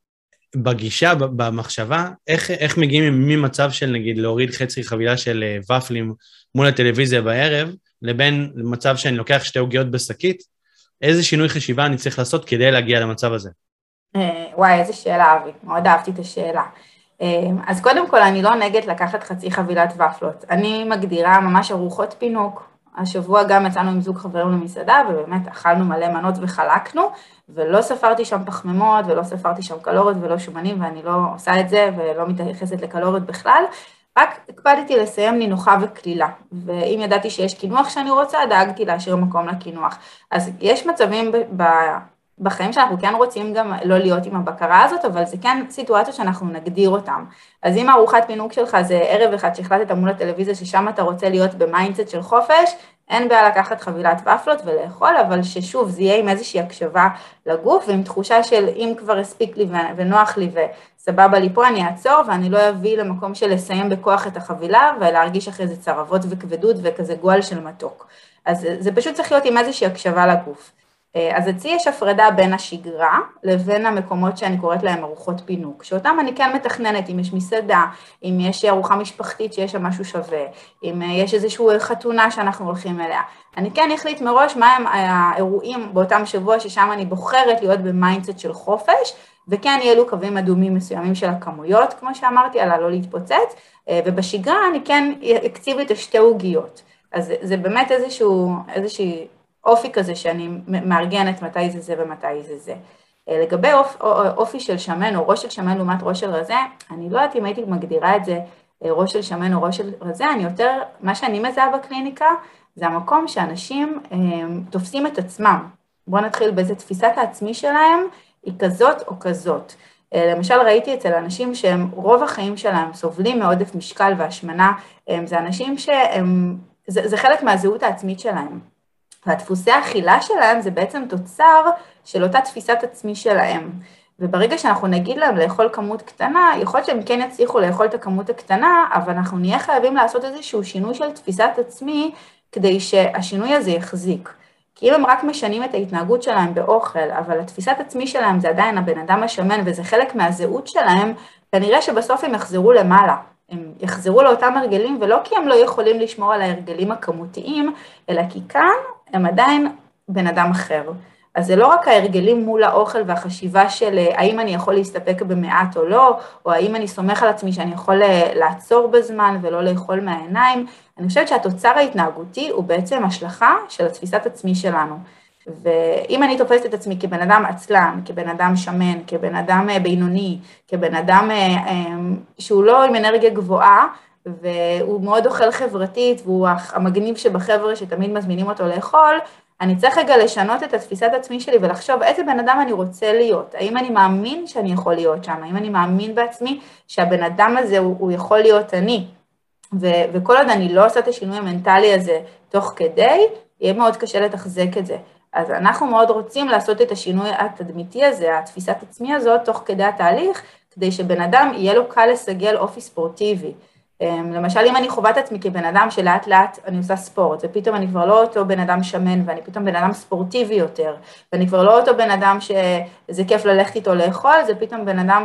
[SPEAKER 3] בגישה, במחשבה, איך מגיעים ממצב של, נגיד, להוריד חצי חבילה של ופלים מול הטלוויזיה בערב, לבין מצב שאני לוקח שתי עוגיות בשקית, איזה שינוי חשיבה אני צריך לעשות כדי להגיע למצב הזה?
[SPEAKER 2] וואי, איזה שאלה, אבי, מאוד אהבתי את השאלה. אז קודם כל, אני לא נגד לקחת חצי חבילת ופלות. אני מגדירה ממש ארוחות פינוק. השבוע גם יצאנו עם זוג חברים למסעדה, ובאמת אכלנו מלא מנות וחלקנו, ולא ספרתי שם פחמימות, ולא ספרתי שם קלוריות ולא שומנים, ואני לא עושה את זה, ולא מתייחסת לקלוריות בכלל. רק הקפדתי לסיים נינוחה וכלילה, ואם ידעתי שיש קינוח שאני רוצה, דאגתי להשאיר מקום לקינוח. אז יש מצבים בחיים שאנחנו כן רוצים גם לא להיות עם הבקרה הזאת, אבל זה כן סיטואציה שאנחנו נגדיר אותם. אז אם הארוחת פינוק שלך זה ערב אחד שהחלטת מול הטלוויזיה ששם אתה רוצה להיות במיינדסט של חופש, אין בעיה לקחת חבילת ופלות ולאכול, אבל ששוב זה יהיה עם איזושהי הקשבה לגוף, ועם תחושה של אם כבר הספיק לי ונוח לי וסבבה לי פה, אני אעצור ואני לא אביא למקום של לסיים בכוח את החבילה, ולהרגיש אחרי זה צרבות וכבדות וכזה גועל של מתוק. אז זה פשוט צריך להיות עם איזושהי הקשבה לגוף. אז אצלי יש הפרדה בין השגרה לבין המקומות שאני קוראת להם ארוחות פינוק, שאותם אני כן מתכננת, אם יש מסעדה, אם יש ארוחה משפחתית שיש שם משהו שווה, אם יש איזושהי חתונה שאנחנו הולכים אליה. אני כן אחליט מראש מה הם האירועים באותם שבוע ששם אני בוחרת להיות במיינדסט של חופש, וכן יהיו קווים אדומים מסוימים של הכמויות, כמו שאמרתי, על לא להתפוצץ, ובשגרה אני כן אקציב את השתי עוגיות. אז זה באמת איזושהי אופי כזה שאני מארגנת מתי זה זה ומתי זה זה. לגבי אופי של שמן או ראש של שמן לעומת ראש של רזה, אני לא יודעת אם הייתי מגדירה את זה ראש של שמן או ראש של רזה, מה שאני מזהה בקליניקה, זה המקום שאנשים תופסים את עצמם. בואו נתחיל באיזה תפיסת העצמי שלהם, היא כזאת או כזאת. למשל ראיתי אצל אנשים שהם רוב החיים שלהם סובלים מעודף משקל והשמנה, זה אנשים זה חלק מהזהות העצמית שלהם. והדפוסי האכילה שלהם זה בעצם תוצר של אותה תפיסת עצמי שלהם. וברגע שאנחנו נגיד להם לאכול כמות קטנה, יכול להיות שהם כן יצליחו לאכול את הכמות הקטנה, אבל אנחנו נהיה חייבים לעשות איזשהו שינוי של תפיסת עצמי, כדי שהשינוי הזה יחזיק. כי אם הם רק משנים את ההתנהגות שלהם באוכל, אבל התפיסת עצמי שלהם זה עדיין הבן אדם השמן, וזה חלק מהזהות שלהם, כנראה שבסוף הם יחזרו למעלה. הם יחזרו לאותם הרגלים, ולא כי הם לא יכולים לשמור על ההרגלים הכמותיים, אלא כי כאן הם עדיין בן אדם אחר. אז זה לא רק ההרגלים מול האוכל והחשיבה של האם אני יכול להסתפק במעט או לא, או האם אני סומך על עצמי שאני יכול לעצור בזמן ולא לאכול מהעיניים. אני חושבת שהתוצר ההתנהגותי הוא בעצם השלכה של התפיסת עצמי שלנו. ואם אני תופסת את עצמי כבן אדם עצלן, כבן אדם שמן, כבן אדם בינוני, כבן אדם שהוא לא עם אנרגיה גבוהה, והוא מאוד אוכל חברתית, והוא המגניב שבחבר'ה שתמיד מזמינים אותו לאכול, אני צריך רגע לשנות את התפיסת עצמי שלי ולחשוב איזה בן אדם אני רוצה להיות, האם אני מאמין שאני יכול להיות שם, האם אני מאמין בעצמי שהבן אדם הזה הוא יכול להיות אני, וכל עוד אני לא עושה את השינוי המנטלי הזה תוך כדי, יהיה מאוד קשה לתחזק את זה. אז אנחנו מאוד רוצים לעשות את השינוי התדמיתי הזה, התפיסת עצמי הזאת, תוך כדי התהליך, כדי שבן אדם יהיה לו קל לסגל אופי ספורטיבי. למשל, אם אני חובת עצמי כבן אדם שלאט לאט אני עושה ספורט, ופתאום אני כבר לא אותו בן אדם שמן, ואני פתאום בן אדם ספורטיבי יותר, ואני כבר לא אותו בן אדם שזה כיף ללכת איתו לאכול, זה פתאום בן אדם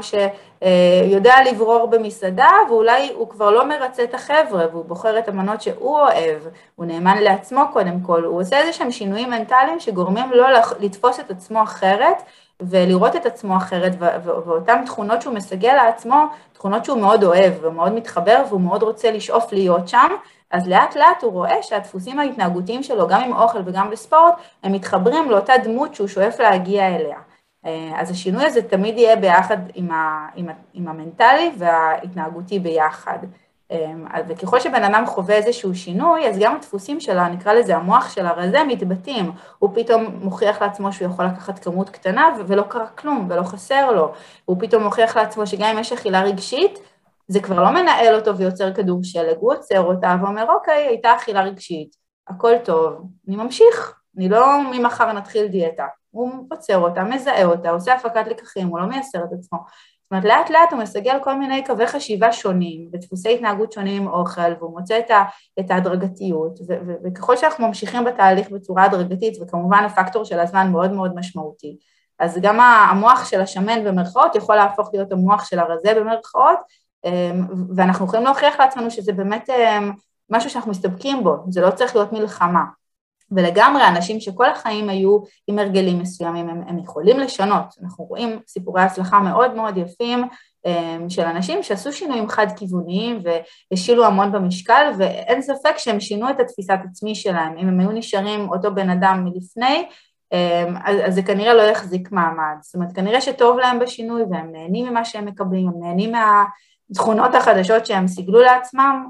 [SPEAKER 2] שיודע לברור במסעדה, ואולי הוא כבר לא מרצה את החבר'ה, והוא בוחר את המנות שהוא אוהב, הוא נאמן לעצמו קודם כל, הוא עושה איזה שהם שינויים מנטליים שגורמים לו לתפוס את עצמו אחרת, ולראות את עצמו אחרת, ואותן תכונות שהוא מסגל לעצמו, תכונות שהוא מאוד אוהב ומאוד מתחבר, והוא מאוד רוצה לשאוף להיות שם, אז לאט לאט הוא רואה שהדפוסים ההתנהגותיים שלו, גם עם אוכל וגם בספורט, הם מתחברים לאותה דמות שהוא שואף להגיע אליה. אז השינוי הזה תמיד יהיה ביחד עם המנטלי וההתנהגותי ביחד. וככל שבן אדם חווה איזשהו שינוי, אז גם הדפוסים שלה, נקרא לזה המוח של הרזה, מתבטאים. הוא פתאום מוכיח לעצמו שהוא יכול לקחת כמות קטנה, ולא קרה כלום, ולא חסר לו. הוא פתאום מוכיח לעצמו שגם אם יש אכילה רגשית, זה כבר לא מנהל אותו ויוצר כדור שלג, הוא עוצר אותה ואומר, אוקיי, הייתה אכילה רגשית, הכל טוב, אני ממשיך, אני לא ממחר נתחיל דיאטה, הוא עוצר אותה, מזהה אותה, עושה הפקת לקחים, הוא לא מייסר את עצמו. זאת אומרת, לאט לאט הוא מסגל כל מיני קווי חשיבה שונים, ודפוסי התנהגות שונים עם אוכל, והוא מוצא את ההדרגתיות, וככל שאנחנו ממשיכים בתהליך בצורה הדרגתית, וכמובן הפקטור של הזמן מאוד מאוד משמעותי, אז גם המוח של השמן במרכאות יכול להפוך להיות המוח של הרזה במרכאות, ואנחנו יכולים להוכיח לעצמנו שזה באמת משהו שאנחנו מסתפקים בו, זה לא צריך להיות מלחמה. ולגמרי אנשים שכל החיים היו עם הרגלים מסוימים, הם יכולים לשנות. אנחנו רואים סיפורי הצלחה מאוד מאוד יפים של אנשים שעשו שינויים חד-כיווניים והשילו המון במשקל, ואין ספק שהם שינו את התפיסת עצמי שלהם. אם הם היו נשארים אותו בן אדם מלפני, אז זה כנראה לא יחזיק מעמד. זאת אומרת, כנראה שטוב להם בשינוי, והם נהנים ממה שהם מקבלים, הם נהנים מהתכונות החדשות שהם סיגלו לעצמם,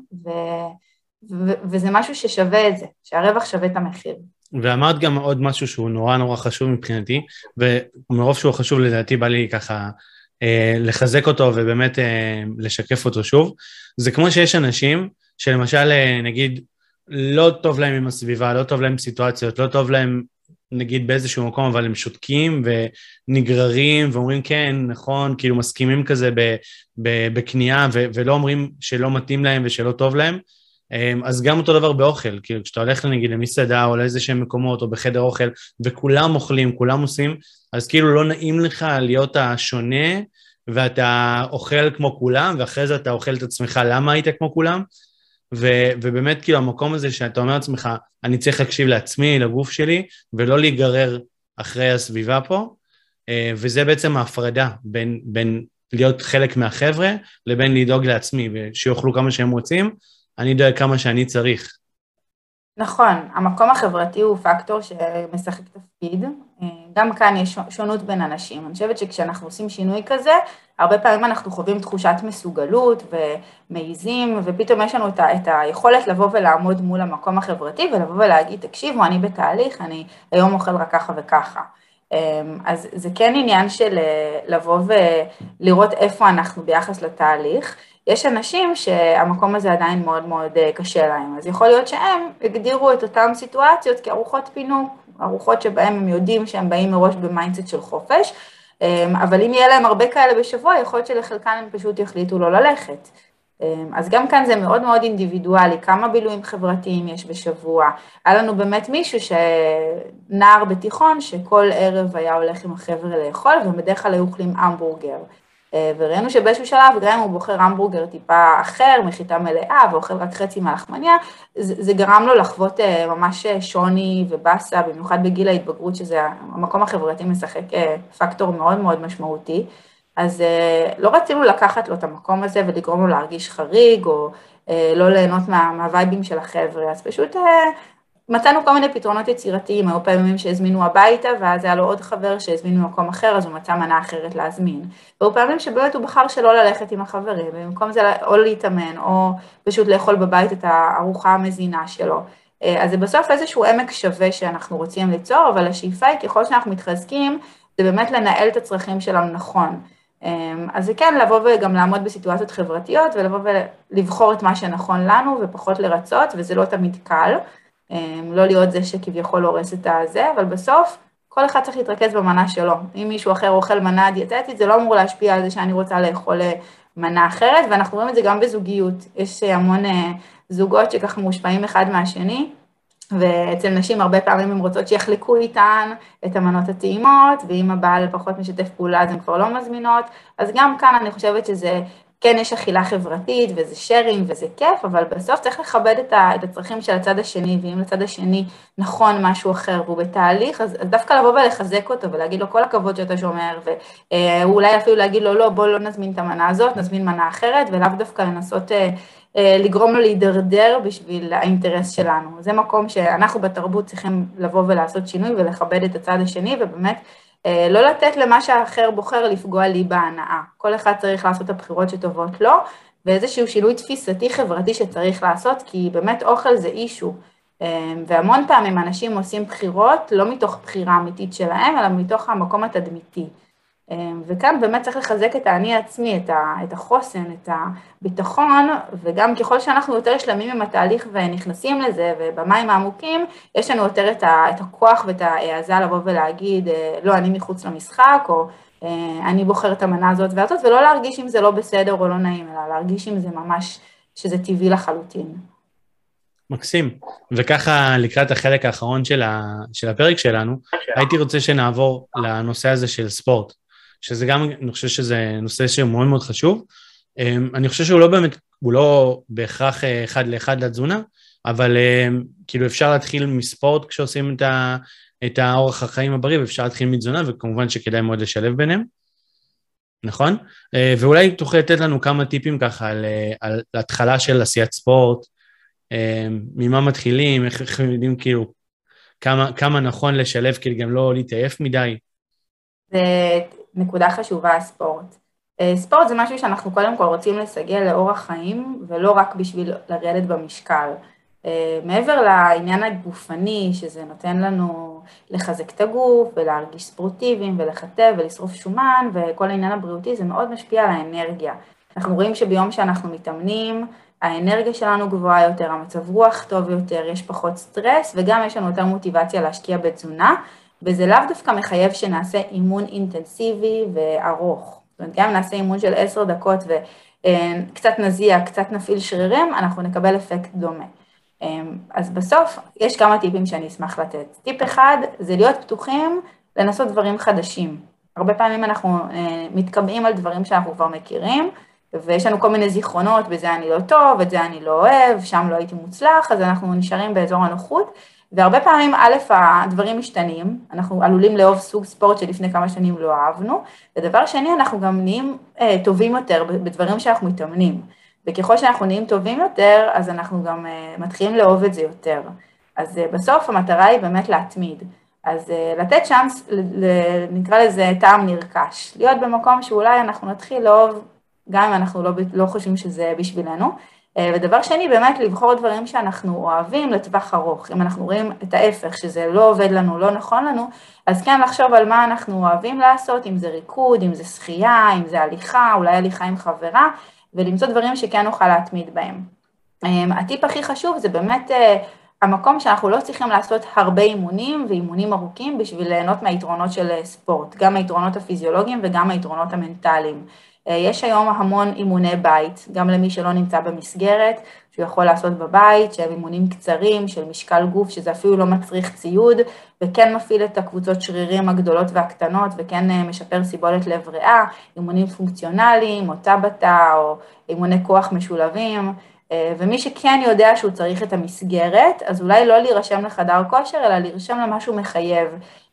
[SPEAKER 2] וזה משהו ששווה את זה, שהרווח שווה את המחיר.
[SPEAKER 3] ואמרת גם עוד משהו שהוא נורא נורא חשוב מבחינתי, ומרוב שהוא חשוב לדעתי בא לי ככה לחזק אותו ובאמת לשקף אותו שוב. זה כמו שיש אנשים שלמשל נגיד לא טוב להם עם הסביבה, לא טוב להם בסיטואציות, לא טוב להם נגיד באיזשהו מקום, אבל הם שותקים ונגררים ואומרים כן, נכון, כאילו מסכימים כזה בקנייה ולא אומרים שלא מתאים להם ושלא טוב להם. אז גם אותו דבר באוכל, כאילו כשאתה הולך נגיד למסעדה או לאיזשהם מקומות או בחדר אוכל וכולם אוכלים, כולם עושים, אז כאילו לא נעים לך להיות השונה ואתה אוכל כמו כולם ואחרי זה אתה אוכל את עצמך למה היית כמו כולם, ובאמת כאילו המקום הזה שאתה אומר לעצמך, אני צריך להקשיב לעצמי, לגוף שלי, ולא להיגרר אחרי הסביבה פה, וזה בעצם ההפרדה בין להיות חלק מהחבר'ה לבין לדאוג לעצמי, ושיוכלו כמה שהם רוצים, אני דואג כמה שאני צריך.
[SPEAKER 2] נכון, המקום החברתי הוא פקטור שמשחק תפקיד, גם כאן יש שונות בין אנשים, אני חושבת שכשאנחנו עושים שינוי כזה, הרבה פעמים אנחנו חווים תחושת מסוגלות ומעיזים, ופתאום יש לנו את היכולת לבוא ולעמוד מול המקום החברתי, ולבוא ולהגיד, תקשיבו, אני בתהליך, אני היום אוכל רק ככה וככה. אז זה כן עניין של לבוא ולראות איפה אנחנו ביחס לתהליך, יש אנשים שהמקום הזה עדיין מאוד מאוד קשה להם, אז יכול להיות שהם הגדירו את אותם סיטואציות כארוחות פינוק, ארוחות שבהם הם יודעים שהם באים מראש במיינדסט של חופש, אבל אם יהיה להם הרבה כאלה בשבוע, יכול להיות שלחלקן הם פשוט יחליטו לא ללכת. אז גם כאן זה מאוד מאוד אינדיבידואלי, כמה בילויים חברתיים יש בשבוע. היה לנו באמת מישהו שנער בתיכון, שכל ערב היה הולך עם החבר'ה לאכול, ובדרך כלל היו אוכלים המבורגר. וראינו שבאיזשהו שלב, גם אם הוא בוחר המבורגר טיפה אחר, מחיטה מלאה, ואוכל רק חצי מהלחמניה, זה גרם לו לחוות ממש שוני ובאסה, במיוחד בגיל ההתבגרות, שזה המקום החברתי משחק פקטור מאוד מאוד משמעותי. אז לא רצינו לקחת לו את המקום הזה ולגרום לו להרגיש חריג, או לא ליהנות מהווייבים של החבר'ה, אז פשוט מצאנו כל מיני פתרונות יצירתיים, היו פעמים שהזמינו הביתה, ואז היה לו עוד חבר שהזמינו מקום אחר, אז הוא מצא מנה אחרת להזמין. והיו פעמים שבאמת הוא בחר שלא ללכת עם החברים, ובמקום זה או להתאמן, או פשוט לאכול בבית את הארוחה המזינה שלו. אז זה בסוף איזשהו עמק שווה שאנחנו רוצים ליצור, אבל השאיפה היא ככל שאנחנו מתחזקים, זה באמת לנהל את הצרכים שלנו נכון. אז זה כן לבוא וגם לעמוד בסיטואציות חברתיות, ולבוא ולבחור את מה שנכון לנו, ופחות לרצות, וזה לא תמיד קל. לא להיות זה שכביכול הורס את הזה, אבל בסוף כל אחד צריך להתרכז במנה שלו. אם מישהו אחר אוכל מנה דיאטטית, זה לא אמור להשפיע על זה שאני רוצה לאכול מנה אחרת, ואנחנו רואים את זה גם בזוגיות. יש המון זוגות שככה מושפעים אחד מהשני, ואצל נשים הרבה פעמים הן רוצות שיחלקו איתן את המנות הטעימות, ואם הבעל פחות משתף פעולה אז הן כבר לא מזמינות, אז גם כאן אני חושבת שזה כן יש אכילה חברתית, וזה שרים, וזה כיף, אבל בסוף צריך לכבד את הצרכים של הצד השני, ואם לצד השני נכון משהו אחר, והוא בתהליך, אז דווקא לבוא ולחזק אותו, ולהגיד לו כל הכבוד שאתה שומר, ואולי אפילו להגיד לו, לא, בוא לא נזמין את המנה הזאת, נזמין מנה אחרת, ולאו דווקא לנסות לגרום לו להידרדר בשביל האינטרס שלנו. זה מקום שאנחנו בתרבות צריכים לבוא ולעשות שינוי, ולכבד את הצד השני, ובאמת, לא לתת למה שהאחר בוחר לפגוע לי בהנאה. כל אחד צריך לעשות את הבחירות שטובות לו, ואיזשהו שינוי תפיסתי חברתי שצריך לעשות, כי באמת אוכל זה אישו. והמון פעמים אנשים עושים בחירות, לא מתוך בחירה אמיתית שלהם, אלא מתוך המקום התדמיתי. וכאן באמת צריך לחזק את האני העצמי, את החוסן, את הביטחון, וגם ככל שאנחנו יותר שלמים עם התהליך ונכנסים לזה, ובמים העמוקים, יש לנו יותר את הכוח ואת העזה לבוא ולהגיד, לא, אני מחוץ למשחק, או אני בוחר את המנה הזאת והזאת, ולא להרגיש אם זה לא בסדר או לא נעים, אלא להרגיש אם זה ממש, שזה טבעי לחלוטין.
[SPEAKER 3] מקסים. וככה לקראת החלק האחרון של הפרק שלנו, הייתי רוצה שנעבור לנושא הזה של ספורט, שזה גם, אני חושב שזה נושא שהוא מאוד מאוד חשוב. אני חושב שהוא לא באמת, הוא לא בהכרח אחד לאחד לתזונה, אבל כאילו אפשר להתחיל מספורט כשעושים את האורח החיים הבריא, ואפשר להתחיל מתזונה, וכמובן שכדאי מאוד לשלב ביניהם. נכון? ואולי תוכל לתת לנו כמה טיפים ככה על התחלה של עשיית ספורט, ממה מתחילים, איך יודעים כאילו, כמה נכון לשלב, כאילו גם לא להתעייף מדי.
[SPEAKER 2] זה נקודה חשובה, הספורט. ספורט זה משהו שאנחנו קודם כל רוצים לסגל לאורח חיים, ולא רק בשביל לרדת במשקל. מעבר לעניין הגופני, שזה נותן לנו לחזק את הגוף, ולהרגיש ספורטיביים, ולחטב, ולשרוף שומן, וכל העניין הבריאותי, זה מאוד משפיע על האנרגיה. אנחנו רואים שביום שאנחנו מתאמנים, האנרגיה שלנו גבוהה יותר, המצב רוח טוב יותר, יש פחות סטרס, וגם יש לנו יותר מוטיבציה להשקיע בתזונה, וזה לאו דווקא מחייב שנעשה אימון אינטנסיבי וארוך. זאת אומרת, גם נעשה אימון של 10 דקות וקצת נזיע, קצת נפעיל שרירים, אנחנו נקבל אפקט דומה. אז בסוף יש כמה טיפים שאני אשמח לתת. טיפ אחד זה להיות פתוחים לנסות דברים חדשים. הרבה פעמים אנחנו מתקבעים על דברים שאנחנו כבר מכירים, ויש לנו כל מיני זיכרונות, בזה אני לא טוב, את זה אני לא אוהב, שם לא הייתי מוצלח, אז אנחנו נשארים באזור הנוחות, והרבה פעמים א', הדברים משתנים, אנחנו עלולים לאהוב סוג ספורט שלפני כמה שנים לא אהבנו, ודבר שני, אנחנו גם נהיים טובים יותר בדברים שאנחנו מתאמנים, וככל שאנחנו נהיים טובים יותר, אז אנחנו גם מתחילים לאהוב את זה יותר. אז בסוף המטרה היא באמת להתמיד, אז לתת צ'אנס, נקרא לזה טעם נרכש, להיות במקום שאולי אנחנו נתחיל לאהוב, גם אם אנחנו לא חושבים שזה בשבילנו, ודבר שני, באמת לבחור דברים שאנחנו אוהבים לטווח ארוך. אם אנחנו רואים את ההפך, שזה לא עובד לנו, לא נכון לנו, אז כן לחשוב על מה אנחנו אוהבים לעשות, אם זה ריקוד, אם זה שחייה, אם זה הליכה, אולי הליכה עם חברה, ולמצוא דברים שכן נוכל להתמיד בהם. הטיפ הכי חשוב זה באמת המקום שאנחנו לא צריכים לעשות הרבה אימונים ואימונים ארוכים בשביל ליהנות מהיתרונות של ספורט, גם היתרונות הפיזיולוגיים וגם היתרונות המנטליים. יש היום המון אימוני בית, גם למי שלא נמצא במסגרת, שהוא יכול לעשות בבית, שהם אימונים קצרים של משקל גוף, שזה אפילו לא מצריך ציוד, וכן מפעיל את הקבוצות שרירים הגדולות והקטנות, וכן משפר סיבולת לב ריאה, אימונים פונקציונליים, או טבטה, או אימוני כוח משולבים, ומי שכן יודע שהוא צריך את המסגרת, אז אולי לא להירשם לחדר כושר, אלא להירשם למשהו מחייב,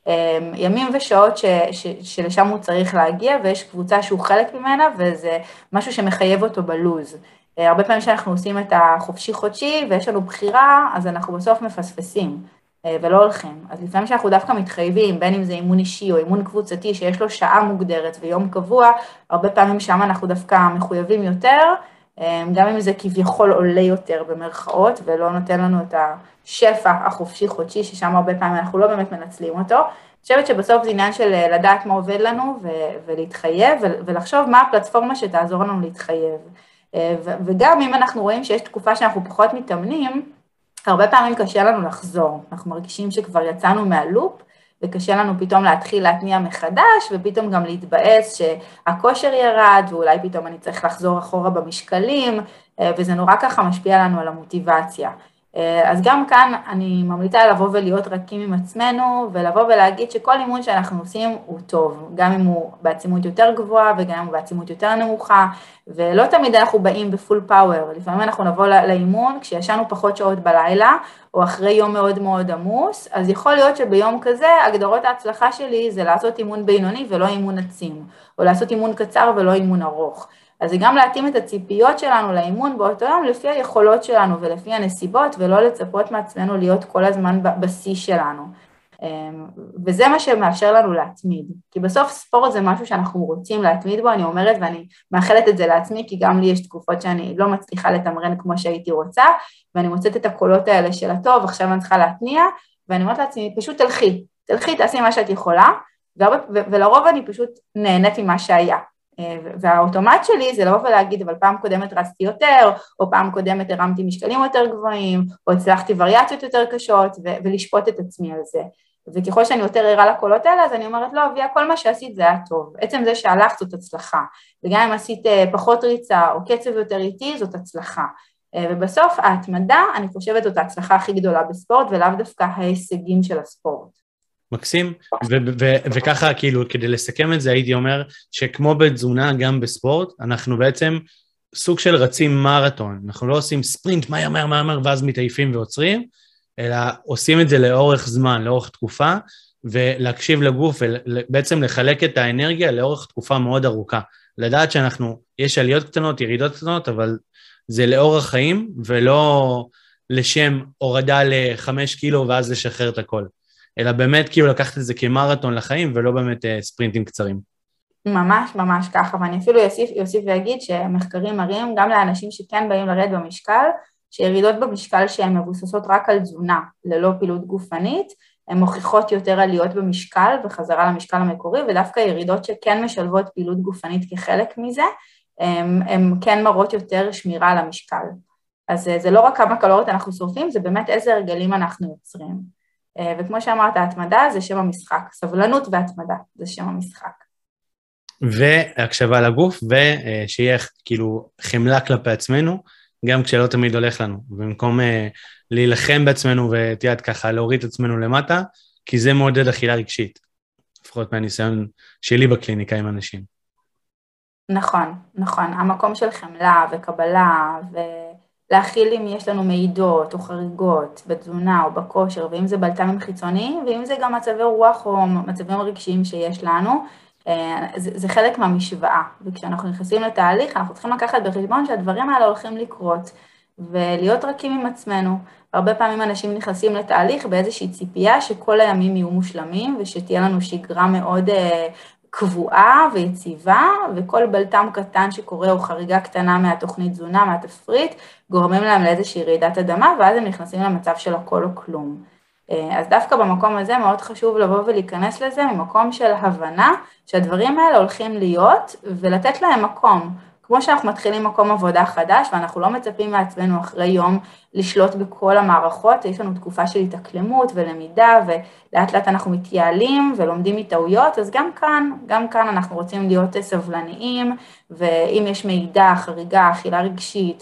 [SPEAKER 2] ימים ושעות שלשם הוא צריך להגיע, ויש קבוצה שהוא חלק ממנה, וזה משהו שמחייב אותו בלוז. הרבה פעמים שאנחנו עושים את החופשי-חודשי, ויש לנו בחירה, אז אנחנו בסוף מפספסים, ולא הולכים. אז לפעמים שאנחנו דווקא מתחייבים, בין אם זה אימון אישי או אימון קבוצתי, שיש לו שעה מוגדרת ויום קבוע, הרבה פעמים שם אנחנו דווקא מחויבים יותר, גם אם זה כביכול עולה יותר במרכאות, ולא נותן לנו את השפע החופשי-חודשי, ששם הרבה פעמים אנחנו לא באמת מנצלים אותו. אני חושבת שבסוף זה עניין של לדעת מה עובד לנו, ולהתחייב, ולחשוב מה הפלטפורמה שתעזור לנו להתחייב. וגם אם אנחנו רואים שיש תקופה שאנחנו פחות מתאמנים, הרבה פעמים קשה לנו לחזור. אנחנו מרגישים שכבר יצאנו מהלופ, וקשה לנו פתאום להתחיל להתניע מחדש, ופתאום גם להתבאס שהכושר ירד, ואולי פתאום אני צריך לחזור אחורה במשקלים, וזה נורא ככה משפיע לנו על המוטיבציה. אז גם כאן אני ממליצה לבוא ולהיות רכים עם עצמנו, ולבוא ולהגיד שכל אימון שאנחנו עושים הוא טוב, גם אם הוא בעצימות יותר גבוהה, וגם אם הוא בעצימות יותר נמוכה, ולא תמיד אנחנו באים בפול פאוור, לפעמים אנחנו נבוא לאימון כשישנו פחות שעות בלילה, או אחרי יום מאוד מאוד עמוס, אז יכול להיות שביום כזה, הגדרות ההצלחה שלי זה לעשות אימון בינוני ולא אימון עצים, או לעשות אימון קצר ולא אימון ארוך. אז זה גם להתאים את הציפיות שלנו לאימון באותו יום, לפי היכולות שלנו ולפי הנסיבות, ולא לצפות מעצמנו להיות כל הזמן בשיא שלנו. וזה מה שמאפשר לנו להתמיד. כי בסוף ספורט זה משהו שאנחנו רוצים להתמיד בו, אני אומרת, ואני מאחלת את זה לעצמי, כי גם לי יש תקופות שאני לא מצליחה לתמרן כמו שהייתי רוצה, ואני מוצאת את הקולות האלה של הטוב, עכשיו אני צריכה להתניע, ואני אומרת לעצמי, פשוט תלכי, תעשי מה שאת יכולה, ולרוב אני פשוט נהנית ממה שהיה. והאוטומט שלי זה לבוא ולהגיד, אבל פעם קודמת רצתי יותר, או פעם קודמת הרמתי משקלים יותר גבוהים, או הצלחתי וריאציות יותר קשות, ולשפוט את עצמי על זה. וככל שאני יותר ערה לקולות האלה, אז אני אומרת, לא, אביה, כל מה שעשית זה היה טוב. עצם זה שהלכת זאת הצלחה. וגם אם עשית פחות ריצה, או קצב יותר איטי, זאת הצלחה. ובסוף ההתמדה, אני חושבת, זאת ההצלחה הכי גדולה בספורט, ולאו דווקא ההישגים של הספורט.
[SPEAKER 3] מקסים, וככה כאילו כדי לסכם את זה הייתי אומר שכמו בתזונה גם בספורט, אנחנו בעצם סוג של רצים מרתון, אנחנו לא עושים ספרינט מהר ואז מתעייפים ועוצרים, אלא עושים את זה לאורך זמן, לאורך תקופה, ולהקשיב לגוף ובעצם לחלק את האנרגיה לאורך תקופה מאוד ארוכה, לדעת יש עליות קטנות, ירידות קטנות, אבל זה לאורך חיים ולא לשם הורדה ל5 קילו ואז לשחרר את הכל. אלא באמת כאילו לקחת את זה כמרתון לחיים, ולא באמת ספרינטים קצרים.
[SPEAKER 2] ממש ממש ככה, ואני אפילו יוסיף ויגיד שמחקרים מראים, גם לאנשים שכן באים לרד במשקל, שירידות במשקל שהן מבוססות רק על תזונה, ללא פעילות גופנית, הן מוכיחות יותר עליות במשקל וחזרה למשקל המקורי, ודווקא ירידות שכן משלבות פעילות גופנית כחלק מזה, הן כן מראות יותר שמירה על המשקל. אז זה לא רק כמה קלוריות אנחנו שורפים, זה באמת איזה הרגלים אנחנו יוצרים. וכמו שאמרת, ההתמדה זה שם המשחק, סבלנות והתמדה זה שם המשחק.
[SPEAKER 3] והקשבה לגוף, ושיהיה כאילו חמלה כלפי עצמנו, גם כשלא תמיד הולך לנו, במקום להילחם בעצמנו ותיעד ככה, להוריד את עצמנו למטה, כי זה מעודד אכילה רגשית, לפחות מהניסיון שלי בקליניקה עם אנשים.
[SPEAKER 2] נכון, נכון, המקום של חמלה וקבלה להכיל אם יש לנו מעידות או חריגות בתזונה או בכושר, ואם זה בלת"מים חיצוניים, ואם זה גם מצבי רוח או מצבים רגשיים שיש לנו, זה חלק מהמשוואה. וכשאנחנו נכנסים לתהליך, אנחנו צריכים לקחת בחשבון שהדברים האלה הולכים לקרות, ולהיות רכים עם עצמנו. הרבה פעמים אנשים נכנסים לתהליך באיזושהי ציפייה שכל הימים יהיו מושלמים, ושתהיה לנו שגרה מאוד קבועה ויציבה, וכל בלטם קטן שקורה או חריגה קטנה מהתוכנית תזונה, מהתפריט, גורמים להם לאיזושהי רעידת אדמה, ואז הם נכנסים למצב של הכל או כלום. אז דווקא במקום הזה מאוד חשוב לבוא ולהיכנס לזה, ממקום של הבנה שהדברים האלה הולכים להיות, ולתת להם מקום. כמו שאנחנו מתחילים מקום עבודה חדש, ואנחנו לא מצפים מעצמנו אחרי יום לשלוט בכל המערכות, יש לנו תקופה של התאקלמות ולמידה, ולאט לאט אנחנו מתייעלים ולומדים מטעויות, אז גם כאן אנחנו רוצים להיות סבלניים, ואם יש מידע, חריגה, אכילה רגשית,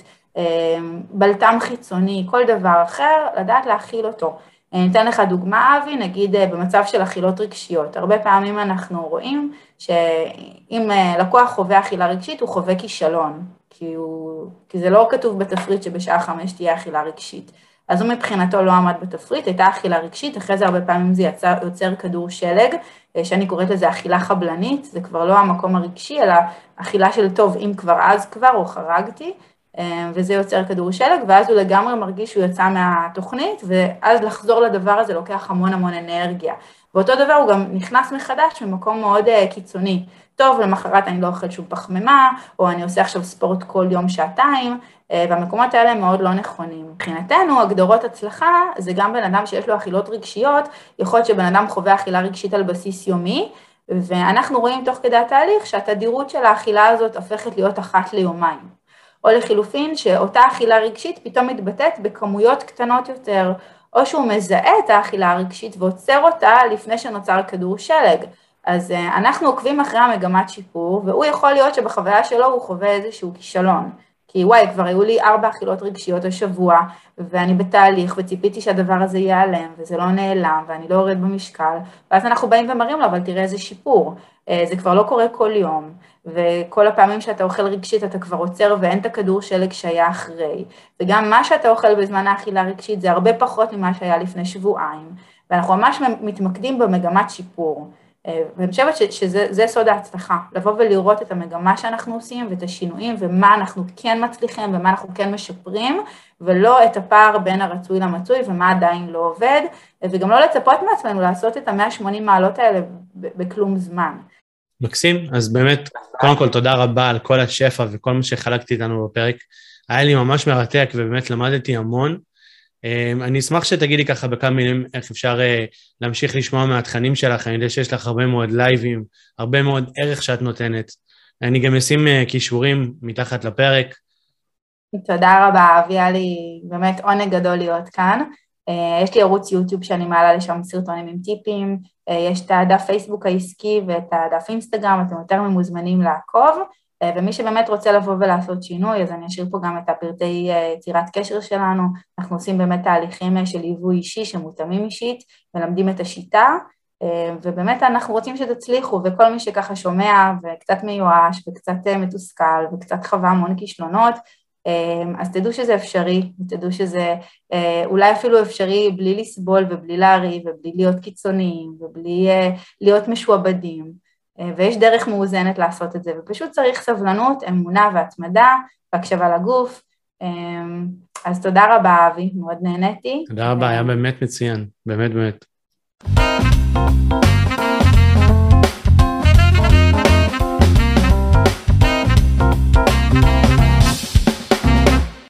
[SPEAKER 2] בלטם חיצוני, כל דבר אחר, לדעת להכיל אותו. ניתן לך דוגמה, אבי, נגיד במצב של אכילות רגשיות. הרבה פעמים אנחנו רואים שאם לקוח חווה אכילה רגשית, הוא חווה כישלון, כי זה לא כתוב בתפריט שבשעה 5 תהיה אכילה רגשית. אז הוא מבחינתו לא עמד בתפריט, הייתה אכילה רגשית, אחרי זה הרבה פעמים זה יוצר כדור שלג, שאני קוראת לזה אכילה חבלנית, זה כבר לא המקום הרגשי, אלא אכילה של טוב, אם כבר אז כבר, או חרגתי, וזה יוצר כדור שלג, ואז הוא לגמרי מרגיש שהוא יצא מהתוכנית, ואז לחזור לדבר הזה לוקח המון אנרגיה. ואותו דבר הוא גם נכנס מחדש ממקום מאוד קיצוני. טוב, למחרת אני לא אוכל שום פחמימה, או אני עושה עכשיו ספורט כל יום 2 שעתיים, והמקומות האלה הם מאוד לא נכונים. מבחינתנו, הגדרות הצלחה, זה גם בן אדם שיש לו אכילות רגשיות, יכול להיות שבן אדם חווה אכילה רגשית על בסיס יומי, ואנחנו רואים תוך כדי התהליך שהתדירות של האכילה הזאת הופכת להיות 1 ליומיים. או לחילופין שאותה אכילה רגשית פתאום מתבטאת בכמויות קטנות יותר, או שהוא מזהה את האכילה הרגשית ועוצר אותה לפני שנוצר כדור שלג. אז אנחנו עוקבים אחרי המגמת שיפור, והוא יכול להיות שבחוויה שלו הוא חווה איזשהו כישלון. כי וואי, כבר היו לי 4 אכילות רגשיות השבוע, ואני בתהליך, וציפיתי שהדבר הזה ייעלם, וזה לא נעלם, ואני לא יורד במשקל, ואז אנחנו באים ומראים לו, אבל תראה איזה שיפור. זה כבר לא קורה כל יום, וכל הפעמים שאתה אוכל רגשית, אתה כבר עוצר, ואין את הכדור שלג שהיה אחרי. וגם מה שאתה אוכל בזמן האכילה רגשית, זה הרבה פחות ממה שהיה לפני שבועיים, ואנחנו ממש מתמקדים במגמת שיפור. ואני חושבת שזה סוד ההצלחה, לבוא ולראות את המגמה שאנחנו עושים ואת השינויים ומה אנחנו כן מצליחים ומה אנחנו כן משפרים, ולא את הפער בין הרצוי למצוי ומה עדיין לא עובד, וגם לא לצפות מעצמנו לעשות את ה-180 מעלות האלה בכלום זמן.
[SPEAKER 3] מקסים, אז באמת, קודם כל תודה רבה על כל השפע וכל מה שחלקתי איתנו בפרק, היה לי ממש מרתק ובאמת למדתי המון, אני אשמח שתגידי ככה בכמה מילים איך אפשר להמשיך לשמוע מהתכנים שלך, אני יודע שיש לך הרבה מאוד לייבים, הרבה מאוד ערך שאת נותנת. אני גם אשים קישורים מתחת לפרק.
[SPEAKER 2] תודה רבה, אבי, היה לי באמת עונג גדול להיות כאן. יש לי ערוץ יוטיוב שאני מעלה לשם סרטונים עם טיפים, יש את הדף פייסבוק העסקי ואת הדף אינסטגרם, אתם יותר ממוזמנים לעקוב, ומי שבאמת רוצה לבוא ולעשות שינוי, אז אני אשאיר פה גם את הפרטי יצירת קשר שלנו, אנחנו עושים באמת תהליכים של ליווי אישי שמותאמים אישית, מלמדים את השיטה, ובאמת אנחנו רוצים שתצליחו, וכל מי שככה שומע וקצת מיואש וקצת מתוסכל וקצת חווה המון כישלונות, אז תדעו שזה אפשרי, ותדעו שזה אולי אפילו אפשרי בלי לסבול ובלי להריב ובלי להיות קיצוניים ובלי להיות משועבדים, ויש דרך מאוזנת לעשות את זה, ופשוט צריך סבלנות, אמונה והתמדה, והקשבה לגוף. אז תודה רבה, אבי, מאוד נהניתי.
[SPEAKER 3] תודה רבה, היה באמת מצוין, באמת באמת.